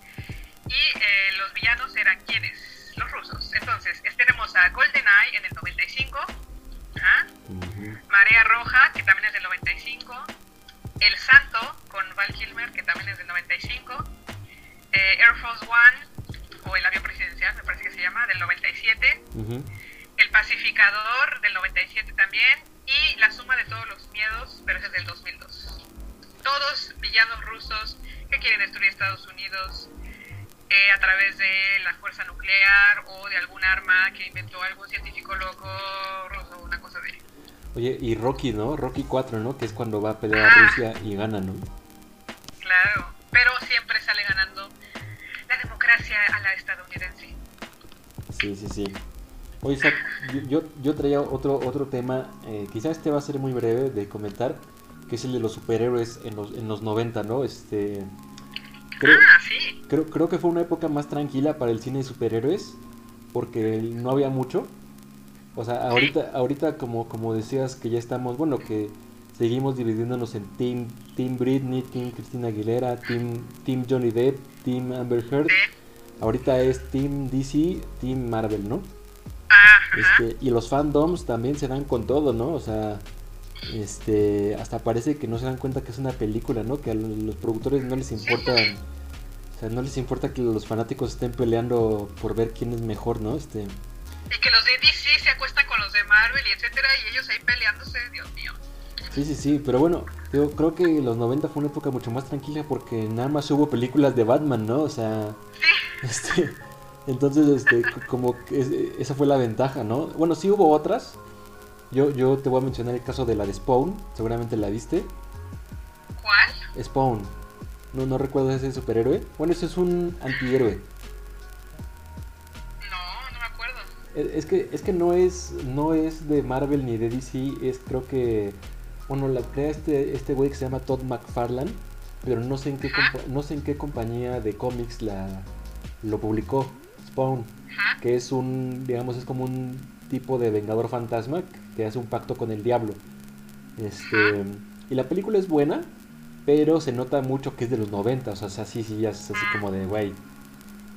C: Y eh, los villanos eran quienes, los rusos. Entonces, es- tenemos a GoldenEye en el noventa y cinco, ajá,
A: Ujú.
C: Marea Roja, que también es del noventa y cinco, El Santo, con Val Kilmer, que también es del noventa y cinco, eh, Air Force One, o el avión presidencial, me parece que se llama, del noventa y siete,
A: Ujú.
C: El Pacificador, del noventa y siete también, y La Suma de Todos los Miedos, pero ese es del dos mil dos. Todos villanos rusos que quieren destruir Estados Unidos eh, a través de la fuerza nuclear o de algún arma que inventó algún científico loco ruso, una cosa de...
A: Oye, y Rocky, ¿no? Rocky cuatro, ¿no? Que es cuando va a pelear a
C: Ah.
A: Rusia y gana, ¿no?
C: Claro, pero siempre sale ganando la democracia a la estadounidense.
A: Sí, sí, sí. Oye, Isaac, yo, yo, yo traía otro, otro tema, eh, quizás este va a ser muy breve de comentar, que es el de los superhéroes en los, en los noventa, ¿no? Este... Creo,
C: Ah, sí.
A: creo, creo que fue una época más tranquila para el cine de superhéroes, porque no había mucho. O sea, ahorita, ahorita como, como decías que ya estamos, bueno, que seguimos dividiéndonos en Team, team Britney, Team Christina Aguilera, Team, team Johnny Depp, Team Amber Heard.
C: Sí.
A: Ahorita es Team D C, Team Marvel, ¿no?
C: Ah, ajá.
A: Este, y los fandoms también se dan con todo, ¿no? O sea, este, hasta parece que no se dan cuenta que es una película, ¿no? Que a los, los productores no les importa, o sea, no les importa que los fanáticos estén peleando por ver quién es mejor, ¿no? Este,
C: Y que los de D C se acuestan con los de Marvel y etcétera, y ellos ahí peleándose, Dios mío.
A: sí, sí, sí, pero bueno, yo creo que los noventa fue una época mucho más tranquila porque nada más hubo películas de Batman, ¿no? O sea,
C: Sí,
A: este, entonces, este, c- como que es- esa fue la ventaja, ¿no? Bueno, sí hubo otras. Yo, yo te voy a mencionar el caso de la de Spawn, seguramente la viste.
C: ¿cuál?
A: Spawn. No, no recuerdo ese superhéroe. Bueno, ese es un antihéroe.
C: No, no me acuerdo.
A: Eh, Es que, es que no es, no es de Marvel ni de D C, es creo que, bueno, la crea este, este güey que se llama Todd McFarlane, pero no sé en qué,
C: Ajá.
A: compa- no sé en qué compañía de cómics la, lo publicó. Spawn,
C: Ajá.
A: que es un, digamos, es como un tipo de vengador fantasma que hace un pacto con el diablo. Este, y la película es buena, pero se nota mucho que es de los noventa, o sea, sí, sí, ya es así como de, güey.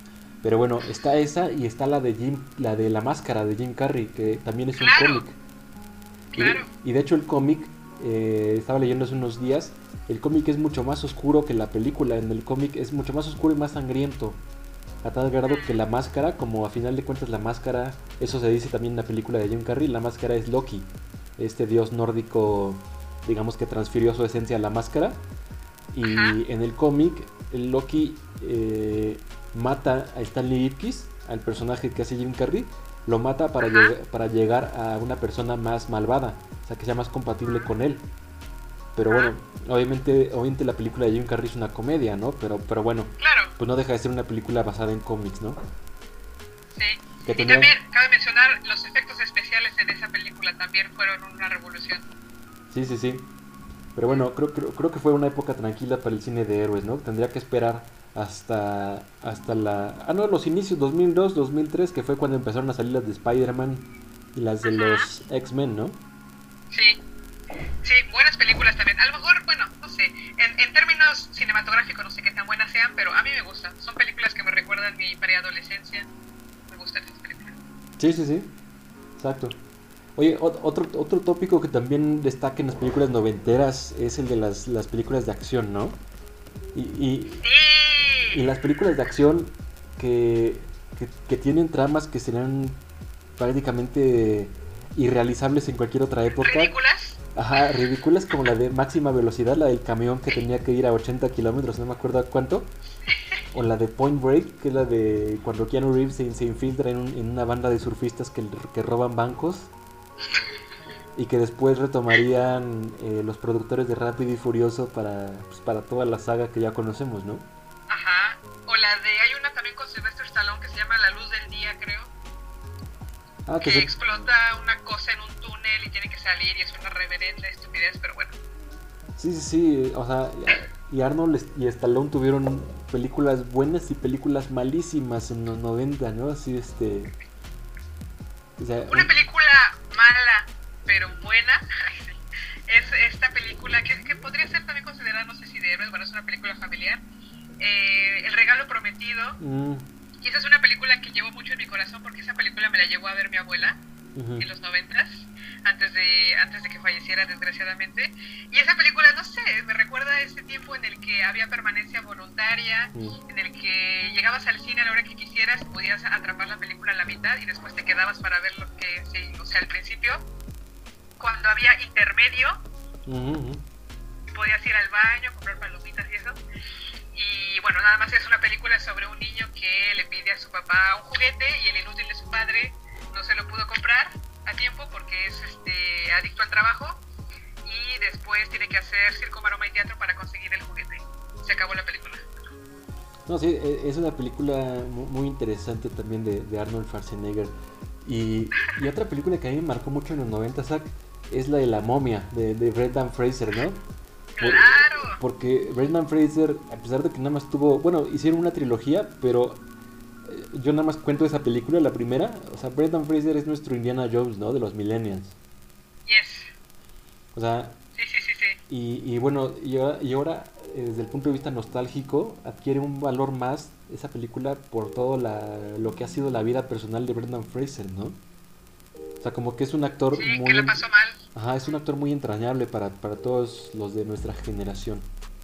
A: Pero bueno, está esa y está la de Jim, la de La Máscara de Jim Carrey, que también es un
C: Claro.
A: cómic.
C: Claro.
A: Y, y de hecho el cómic, eh, estaba leyendo hace unos días, el cómic es mucho más oscuro que la película. En el cómic es mucho más oscuro y más sangriento. A tal grado que la máscara, como a final de cuentas la máscara, eso se dice también en la película de Jim Carrey, la máscara es Loki, este dios nórdico, digamos que transfirió su esencia a la máscara. Y
C: Ajá.
A: en el cómic, el Loki eh, mata a Stanley Ipkiss, al personaje que hace Jim Carrey, lo mata para,
C: Ajá.
A: lleg- para llegar a una persona más malvada, o sea que sea más compatible con él. Pero
C: Ajá.
A: bueno, obviamente, obviamente la película de Jim Carrey es una comedia, ¿no? Pero, pero bueno,
C: Claro,
A: pues no deja de ser una película basada en cómics, ¿no?
C: sí.
A: Que
C: Y
A: tenía-
C: también, cabe mencionar, los efectos especiales en esa película también fueron una revolución.
A: Sí, sí, sí. Pero bueno, creo, creo, creo que fue una época tranquila para el cine de héroes, ¿no? Tendría que esperar hasta hasta la... Ah, no, los inicios, dos mil dos, dos mil tres, que fue cuando empezaron a salir las de Spider-Man y las de
C: Ajá.
A: los X-Men, ¿no?
C: Sí, sí, buenas películas también. A lo mejor, bueno, no sé, en, en términos cinematográficos no sé qué tan buenas sean, pero a mí me gustan. Son películas que me recuerdan mi preadolescencia. Me gustan esas películas.
A: Sí, sí, sí. Exacto. Oye, ot- otro, otro tópico que también destaca en las películas noventeras es el de las, las películas de acción, ¿no? Y, y,
C: Sí.
A: y las películas de acción que, que, que tienen tramas que serán prácticamente irrealizables en cualquier otra época.
C: ¿Ridículas?
A: Ajá, ridículas como la de máxima velocidad, la del camión que tenía que ir a ochenta kilómetros, no me acuerdo a cuánto. O la de Point Break, que es la de cuando Keanu Reeves se, se infiltra en, un- en una banda de surfistas que, que roban bancos. Y que después retomarían eh, los productores de Rápido y Furioso para, pues, para toda la saga que ya conocemos, ¿no?
C: Ajá. O la de, hay una también con Sylvester Stallone que se llama La Luz del Día, creo.
A: Ah, que
C: Que
A: se-
C: explota una cosa en un túnel y tiene que salir y es una reverenda estupidez, pero bueno.
A: Sí, sí, sí, o sea, y Arnold y Stallone tuvieron películas buenas y películas malísimas en los noventa, ¿no? Así, este... O sea,
C: Una película mala, pero buena, es esta película que, que podría ser también considerada, no sé si de héroes, bueno, es una película familiar, eh, El Regalo Prometido.
A: mm,
C: Y esa es una película que llevo mucho en mi corazón porque esa película me la llevó a ver mi abuela
A: ujú.
C: en los noventas, antes de, antes de que falleciera desgraciadamente. Y esa película, no sé, me recuerda a ese tiempo en el que había permanencia voluntaria,
A: Mm.
C: en el que llegabas al cine a la hora que quisieras, podías atrapar la película a la mitad y después te quedabas para ver lo que, sí, o sea, al principio, cuando había intermedio,
A: Ujú, ujú.
C: podías ir al baño, comprar palomitas y eso. Y bueno, nada más es una película sobre un niño que le pide a su papá un juguete y el inútil de su padre no se lo pudo comprar a tiempo porque es este adicto al trabajo y después tiene que hacer circo, maroma y teatro para conseguir el juguete. Se acabó la película.
A: No, sí, e- es una película mu- muy interesante también de, de Arnold Schwarzenegger. Y, y otra película que a mí me marcó mucho en los noventa, Zach, es la de La Momia, de, de Brendan Fraser, ¿no? Por-
C: ¡Claro!
A: Porque Brendan Fraser, a pesar de que nada más tuvo, bueno, hicieron una trilogía, pero eh, yo nada más cuento esa película, la primera. O sea, Brendan Fraser es nuestro Indiana Jones, ¿no? De los millennials.
C: Yes.
A: O sea,
C: Sí, sí, sí, sí.
A: y, y bueno, y ahora, y ahora, eh, desde el punto de vista nostálgico, adquiere un valor más esa película por todo la, lo que ha sido la vida personal de Brendan Fraser, ¿no? O sea, como que es un actor
C: Sí,
A: muy...
C: que la pasó mal.
A: Ajá, es un actor muy entrañable para, para todos los de nuestra generación.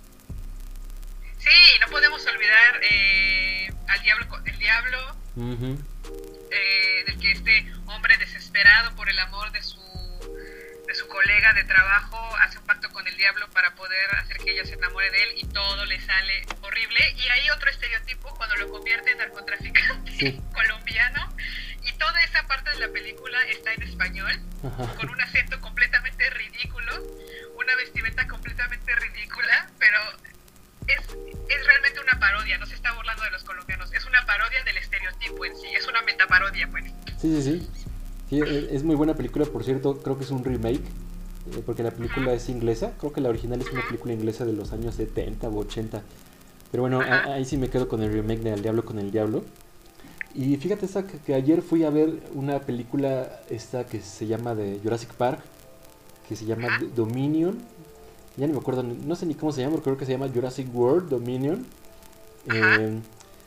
C: Sí, no podemos olvidar eh, al diablo, con- el diablo,
A: Ujú.
C: eh, del que este hombre desesperado por el amor de su de su colega de trabajo hace un pacto con el diablo para poder hacer que ella se enamore de él y todo le sale horrible. Y hay otro estereotipo cuando lo convierte en narcotraficante
A: Sí.
C: colombiano y toda esa parte de la película está en español
A: Ajá.
C: con un acento completamente ridículo, una vestimenta completamente ridícula, pero es, es realmente una parodia, no se está burlando de los colombianos, es una parodia del estereotipo en sí, es una metaparodia, pues.
A: Sí, sí, sí. Sí, e- es muy buena película, por cierto, creo que es un remake, eh, porque la película es inglesa, creo que la original es una película inglesa de los años setenta u ochenta. Pero bueno,
C: Ajá.
A: a- ahí sí me quedo con el remake de Al Diablo con el Diablo. Y fíjate, Zach, que ayer fui a ver una película esta que se llama de Jurassic Park, que se llama
C: Ajá.
A: D- Dominion. Ya ni me acuerdo, no sé ni cómo se llama, pero creo que se llama Jurassic World Dominion.
C: Ajá.
A: Eh,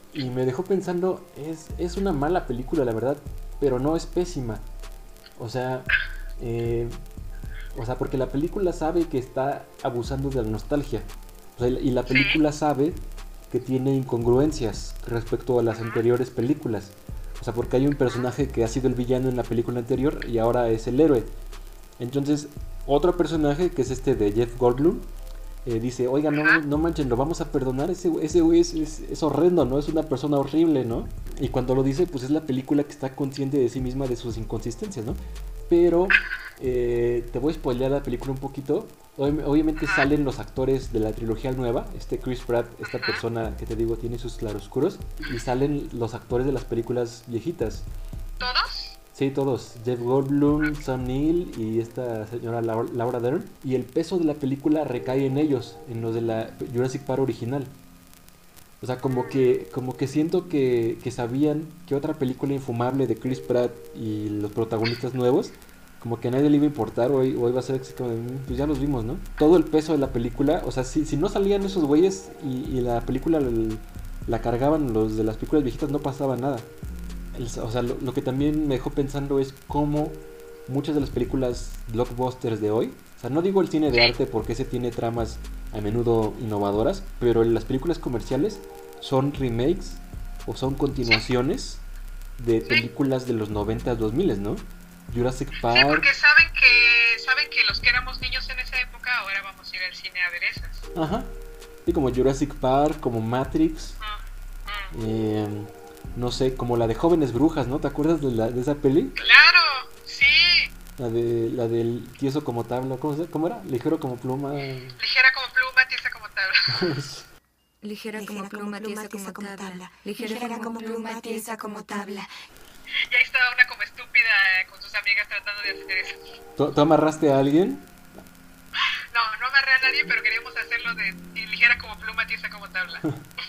A: y me dejó pensando, es, es una mala película, la verdad, pero no es pésima. O sea, eh, o sea, porque la película sabe que está abusando de la nostalgia. O sea, y la película sabe que tiene incongruencias respecto a las anteriores películas. O sea, porque hay un personaje que ha sido el villano en la película anterior y ahora es el héroe. Entonces, otro personaje, que es este de Jeff Goldblum, eh, dice, oiga, no, no manchen, lo vamos a perdonar, ese ese güey es, es, es horrendo, ¿no? Es una persona horrible, ¿no? Y cuando lo dice, pues es la película que está consciente de sí misma, de sus inconsistencias, ¿no? Pero, eh, te voy a spoilear la película un poquito. Ob- obviamente salen los actores de la trilogía nueva, este Chris Pratt, esta persona que te digo tiene sus claroscuros, y salen los actores de las películas viejitas.
C: ¿Todos?
A: Sí, todos. Jeff Goldblum, Sam Neill y esta señora Laura, Laura Dern. Y el peso de la película recae en ellos, en los de la Jurassic Park original. O sea, como que como que siento que, que sabían que otra película infumable de Chris Pratt y los protagonistas nuevos, como que a nadie le iba a importar, o, o iba a ser así como de, pues ya los vimos, ¿no? Todo el peso de la película, o sea, si, si no salían esos güeyes y, y la película la, la cargaban los de las películas viejitas, no pasaba nada. O sea, lo, lo que también me dejó pensando es cómo muchas de las películas blockbusters de hoy, o sea, no digo el cine de arte porque ese tiene tramas a menudo innovadoras, pero las películas comerciales son remakes o son continuaciones de películas de los noventa, dos mil, ¿no? Jurassic Park.
C: Sí, porque saben que saben que los que éramos niños en esa época ahora vamos a ir al cine a ver esas.
A: Ajá. Sí, como Jurassic Park, como Matrix. Mm, mm. Eh, no sé, como la de Jóvenes Brujas, ¿no? ¿Te acuerdas de, la, de esa peli?
C: Claro, sí.
A: La de la del tieso como tabla, ¿cómo, se, ¿cómo era? Ligero como pluma.
C: Ligera como pluma, tiesa como tabla.
I: Ligera como pluma, tiesa como tabla. Ligera como pluma, tiesa como tabla.
C: Y ahí estaba una como estúpida con sus amigas tratando de hacer eso.
A: ¿Tú, ¿tú amarraste a alguien?
C: No, no amarré a nadie, pero queríamos hacerlo de ligera como pluma, tiesa como tabla.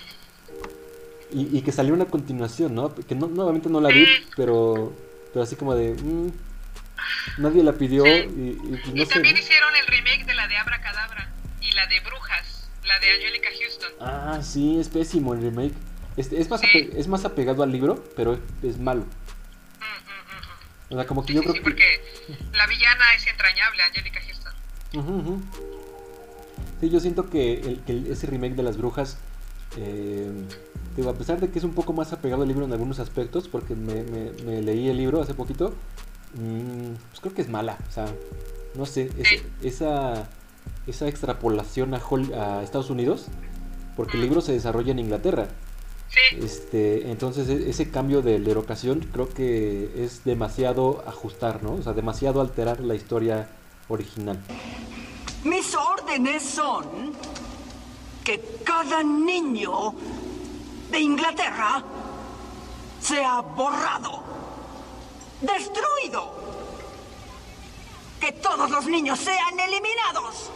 A: y, y que salió una continuación, ¿no? Que no, nuevamente no la vi, sí. pero pero así como de... Mmm, nadie la pidió, sí. y, y, pues no
C: y
A: sé,
C: también
A: ¿no?
C: hicieron el remake de la de Abracadabra y la de Brujas, la de Angelica Houston.
A: Ah, sí, es pésimo el remake. Es, es, más,
C: sí.
A: ape- es más apegado al libro, pero es, es malo.
C: Mm, mm, mm.
A: O sea, como que
C: sí,
A: yo
C: sí,
A: creo
C: sí,
A: que...
C: porque la villana es entrañable, Angelica Houston.
A: Uh-huh, uh-huh. Sí, yo siento que, el, que el, ese remake de las brujas, eh, digo, a pesar de que es un poco más apegado al libro en algunos aspectos, porque me, me, me leí el libro hace poquito, mmm, pues creo que es mala. O sea, no sé, es,
C: sí.
A: esa, esa extrapolación a, Hol- a Estados Unidos, porque el libro se desarrolla en Inglaterra.
C: Sí.
A: Este, entonces ese cambio de la ocasión creo que es demasiado ajustar, ¿no? O sea, demasiado alterar la historia original.
J: Mis órdenes son que cada niño de Inglaterra sea borrado, destruido, que todos los niños sean eliminados.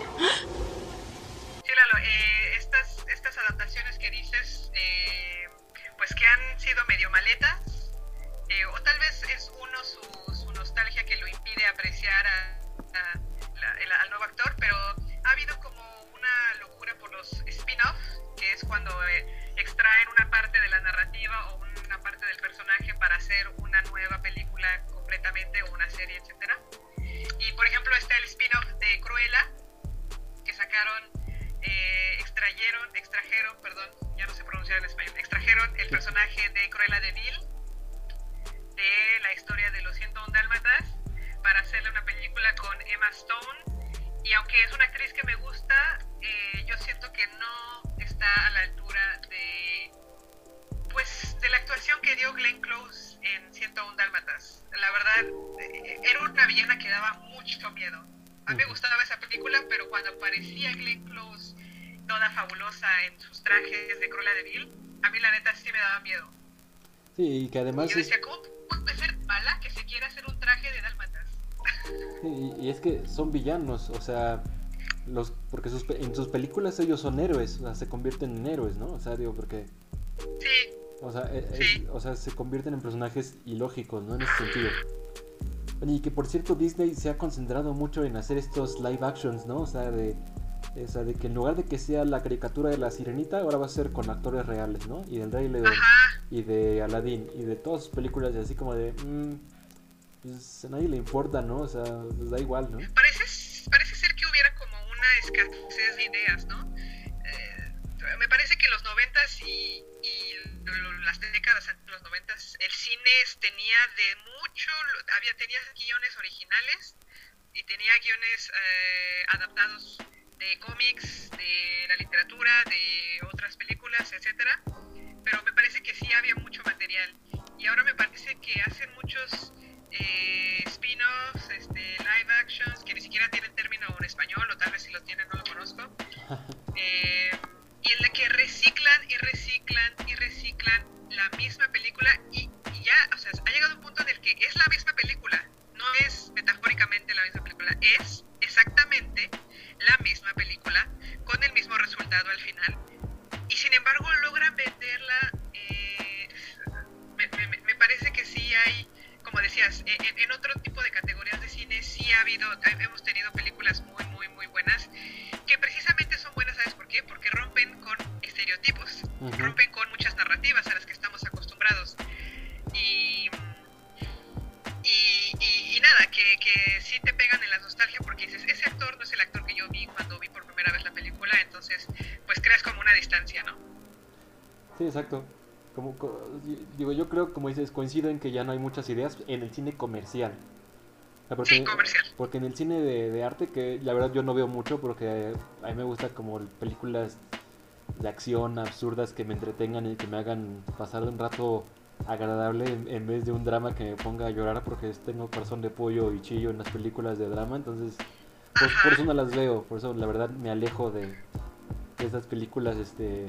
C: Sí, Lalo, eh, estas, estas adaptaciones que dices, eh, pues que han sido medio maletas, eh, o tal vez es uno su, su nostalgia que lo impide apreciar a, a, la, el, al nuevo actor, pero ha habido como una locura por los spin-off, que es cuando eh, extraen una parte de la narrativa o una parte del personaje para hacer una nueva película completamente o una serie, etcétera. Y por ejemplo está el spin-off de Cruella, que sacaron, eh, extrayeron, extrajeron, perdón, ya no sé pronunciar en español, extrajeron el personaje de Cruella de Vil de la historia de los ciento un dálmatas para hacerle una película con Emma Stone, y aunque es una actriz que me gusta, eh, yo siento que no está a la altura de, pues, de la actuación que dio Glenn Close en ciento un dálmatas. La verdad, eh, era una villana que daba mucho miedo. A mí me gustaba esa película, pero cuando aparecía Glenn Close toda fabulosa en sus trajes de Cruella de Vil, a mí la neta sí me daba miedo.
A: Sí, y que además...
C: Y yo decía, ¿cómo puede ser mala que se quiera hacer un traje de dálmatas?
A: Sí, y es que son villanos, o sea, los porque sus, en sus películas ellos son héroes, o sea, se convierten en héroes, ¿no? O sea, digo, porque...
C: Sí.
A: O sea, es,
C: sí.
A: o sea, se convierten en personajes ilógicos, ¿no? En ese sentido. Y que por cierto Disney se ha concentrado mucho en hacer estos live actions, ¿no? O sea, de, Esa de que en lugar de que sea la caricatura de la Sirenita, ahora va a ser con actores reales, ¿no? Y del Rey León,
C: Ajá.
A: y de Aladdin, y de todas sus películas, y así como de... Mmm, pues a nadie le importa, ¿no? O sea, pues da igual, ¿no?
C: Parece, parece ser que hubiera como una escasez de ideas, ¿no? Eh, me parece que en los noventas y, y las décadas antes de los noventas, el cine tenía de mucho, había tenía guiones originales y tenía guiones eh, adaptados de cómics, de la literatura, de otras películas, etcétera. Pero me parece que sí había mucho material. Y ahora me parece que hacen muchos eh, spin-offs, este, live actions, que ni siquiera tienen término en español, o tal vez si lo tienen no lo conozco. Eh, y en la que reciclan y reciclan y reciclan la misma película y, y ya, o sea, ha llegado un punto en el que es la misma película. No es metafóricamente la misma película, es exactamente la misma película con el mismo resultado al final, y sin embargo logran venderla. eh, me, me, me parece que sí hay, como decías, en, en otro tipo de categorías de cine sí ha habido, hemos tenido películas muy muy muy buenas, que precisamente son buenas, ¿sabes por qué? Porque rompen con estereotipos, uh-huh. rompen con muchas narrativas a las que estamos acostumbrados, y Y, y, y nada, que, que sí te pegan en la nostalgia porque dices, ese actor no es el actor que yo vi cuando vi por primera vez la película, entonces pues creas como una distancia, ¿no?
A: Sí, exacto. Como, co, digo, yo creo, como dices, coincido en que ya no hay muchas ideas en el cine comercial. O sea, porque,
C: sí, comercial.
A: Porque en el cine de, de arte, que la verdad yo no veo mucho porque a mí me gusta como películas de acción absurdas que me entretengan y que me hagan pasar un rato agradable en, en vez de un drama que me ponga a llorar porque tengo corazón de pollo y chillo en las películas de drama. Entonces pues, por eso no las veo, por eso la verdad me alejo de, de esas películas este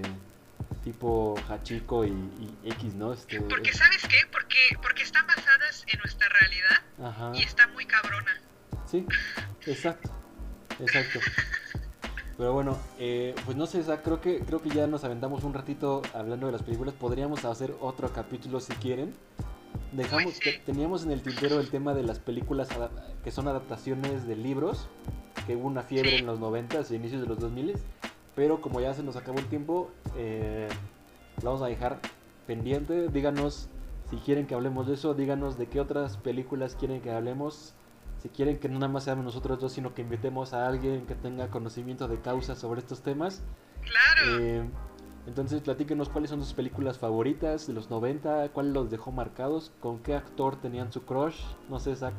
A: tipo Hachiko y, y X, ¿no? Este,
C: porque ¿sabes qué? Porque, porque están basadas en nuestra realidad. Ajá. Y está muy cabrona.
A: Sí, exacto, exacto. Pero bueno, eh, pues no sé, Zach, creo que creo que ya nos aventamos un ratito hablando de las películas. Podríamos hacer otro capítulo si quieren. Dejamos, sí. que, teníamos en el tintero el tema de las películas que son adaptaciones de libros, que hubo una fiebre sí. en los noventas e inicios de los dos miles, pero como ya se nos acabó el tiempo, eh, lo vamos a dejar pendiente. Díganos si quieren que hablemos de eso, díganos de qué otras películas quieren que hablemos. Si quieren que no nada más seamos nosotros dos, sino que invitemos a alguien que tenga conocimiento de causa sobre estos temas.
C: ¡Claro!
A: Eh, entonces platíquenos cuáles son sus películas favoritas de los noventa, cuál los dejó marcados, con qué actor tenían su crush, no sé, Zach.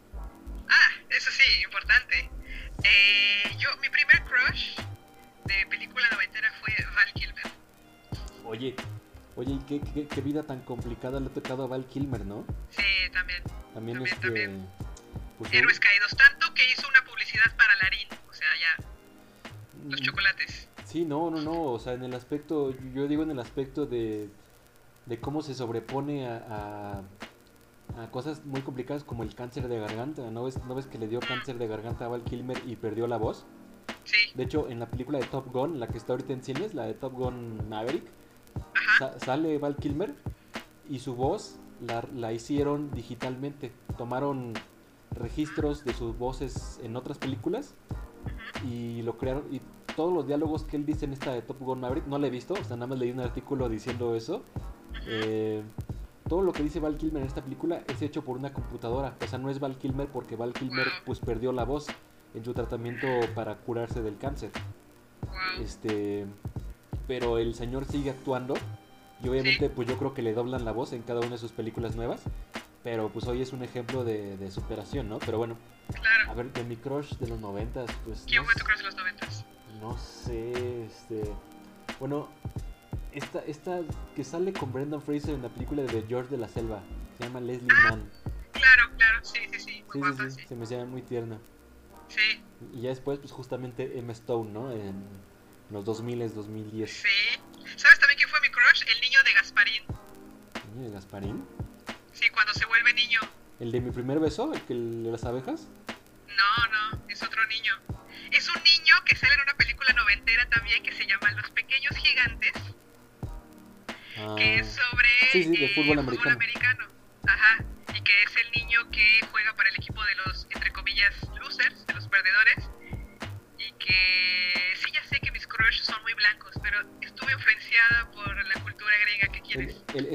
C: Ah, eso sí, importante. Eh, yo, mi primer crush de película noventera fue Val Kilmer.
A: Oye, oye, ¿qué, qué, qué vida tan complicada le ha tocado a Val Kilmer, ¿no?
C: Sí, también.
A: También,
C: también
A: este...
C: También.
A: Pues,
C: Héroes caídos, tanto que hizo una publicidad para Larín, o sea, ya, los chocolates.
A: Sí, no, no, no, o sea, en el aspecto, yo digo en el aspecto de, de cómo se sobrepone a, a, a cosas muy complicadas como el cáncer de garganta. ¿No ves, ¿No ves que le dio cáncer de garganta a Val Kilmer y perdió la voz?
C: Sí.
A: De hecho, en la película de Top Gun, la que está ahorita en cines, la de Top Gun Maverick, sa- sale Val Kilmer y su voz la, la hicieron digitalmente. Tomaron registros de sus voces en otras películas y lo crearon, y todos los diálogos que él dice en esta de Top Gun Maverick, no lo he visto, o sea, nada más leí un artículo diciendo eso. Eh, todo lo que dice Val Kilmer en esta película es hecho por una computadora, o sea, no es Val Kilmer porque Val Kilmer pues perdió la voz en su tratamiento para curarse del cáncer. Este, pero el señor sigue actuando y obviamente pues yo creo que le doblan la voz en cada una de sus películas nuevas. Pero pues hoy es un ejemplo de, de superación, ¿no? Pero bueno,
C: claro.
A: A ver, de mi crush de los noventas, pues...
C: ¿Quién
A: no
C: fue tu crush de los noventas?
A: No sé, este... Bueno, esta, esta que sale con Brendan Fraser en la película de George de la Selva, se llama Leslie
C: ah,
A: Mann.
C: Claro, claro, sí, sí, sí, muy
A: sí,
C: guapa,
A: sí, sí,
C: sí.
A: se me hacía muy tierna.
C: Sí.
A: Y ya después, pues justamente Emma Stone, ¿no? En los dos mil, dos mil diez.
C: Sí. ¿Sabes también quién fue mi crush? El niño de Gasparín.
A: ¿El niño de Gasparín?
C: Sí, cuando se vuelve niño.
A: ¿El de mi primer beso? ¿El que el de las abejas?
C: No, no, es otro niño. Es un niño que sale en una película noventera también que se llama Los Pequeños Gigantes. Ah, que es sobre
A: sí, sí, de fútbol,
C: eh,
A: americano.
C: fútbol americano. Ajá. Y que es el niño que juega para el equipo de los, entre comillas, losers, de los perdedores. Y que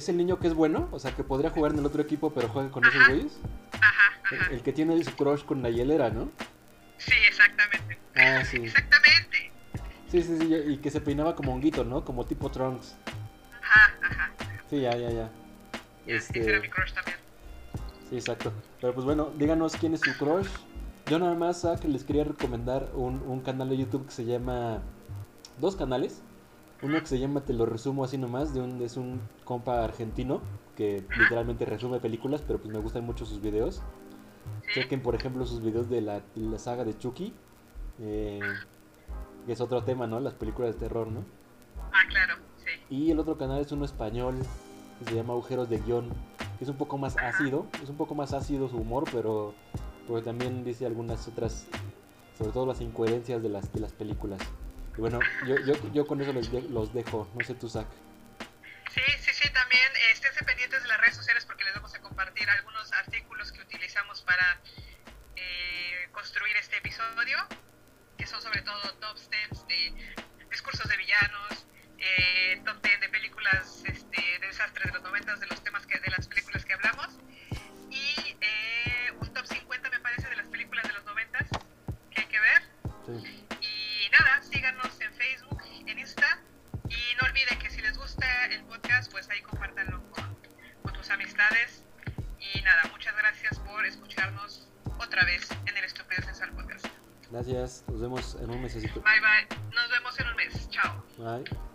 A: es el niño que es bueno, o sea, que podría jugar en el otro equipo, pero juega con
C: Ajá.
A: esos güeyes.
C: Ajá, ajá.
A: El, el que tiene su crush con la hielera, ¿no?
C: Sí, exactamente.
A: Ah, sí.
C: Exactamente.
A: Sí, sí, sí, y que se peinaba como honguito, ¿no? Como tipo Trunks.
C: Ajá, ajá.
A: Sí, ya, ya, ya.
C: Ya, ese era mi crush también.
A: Sí, exacto. Pero pues bueno, díganos quién es su crush. Yo nada más ah, que les quería recomendar un, un canal de YouTube que se llama... Dos canales. Uno que se llama Te lo resumo así nomás, de un, es un compa argentino que literalmente resume películas, pero pues me gustan mucho sus videos. Chequen por ejemplo sus videos de la, de la saga de Chucky, eh, que es otro tema, ¿no? Las películas de terror, ¿no?
C: Ah, claro, sí.
A: Y el otro canal es uno español que se llama Agujeros de Guión, que es un poco más ácido, es un poco más ácido su humor, pero, pero también dice algunas otras, sobre todo las incoherencias de las, de las películas. Y bueno, yo, yo, yo con eso los, de, los dejo, no sé tú, Zach.
C: Sí, sí, sí, también eh, esténse pendientes de las redes sociales porque les vamos a compartir algunos artículos que utilizamos para eh, construir este episodio, que son sobre todo top ten de discursos de villanos, eh, top ten de películas este, de desastres de los noventas, de los temas que, de las películas que hablamos, y eh, un top cincuenta me parece de las películas de los noventas que hay que ver.
A: Sí.
C: Y nada, síganos en Facebook, en Insta, y no olviden que si les gusta el podcast, pues ahí compártanlo con, con tus amistades. Y nada, muchas gracias por escucharnos otra vez en el Estúpido Sensual Podcast.
A: Gracias, nos vemos en un mesecito.
C: Bye bye, nos vemos en un mes, chao.
A: Bye.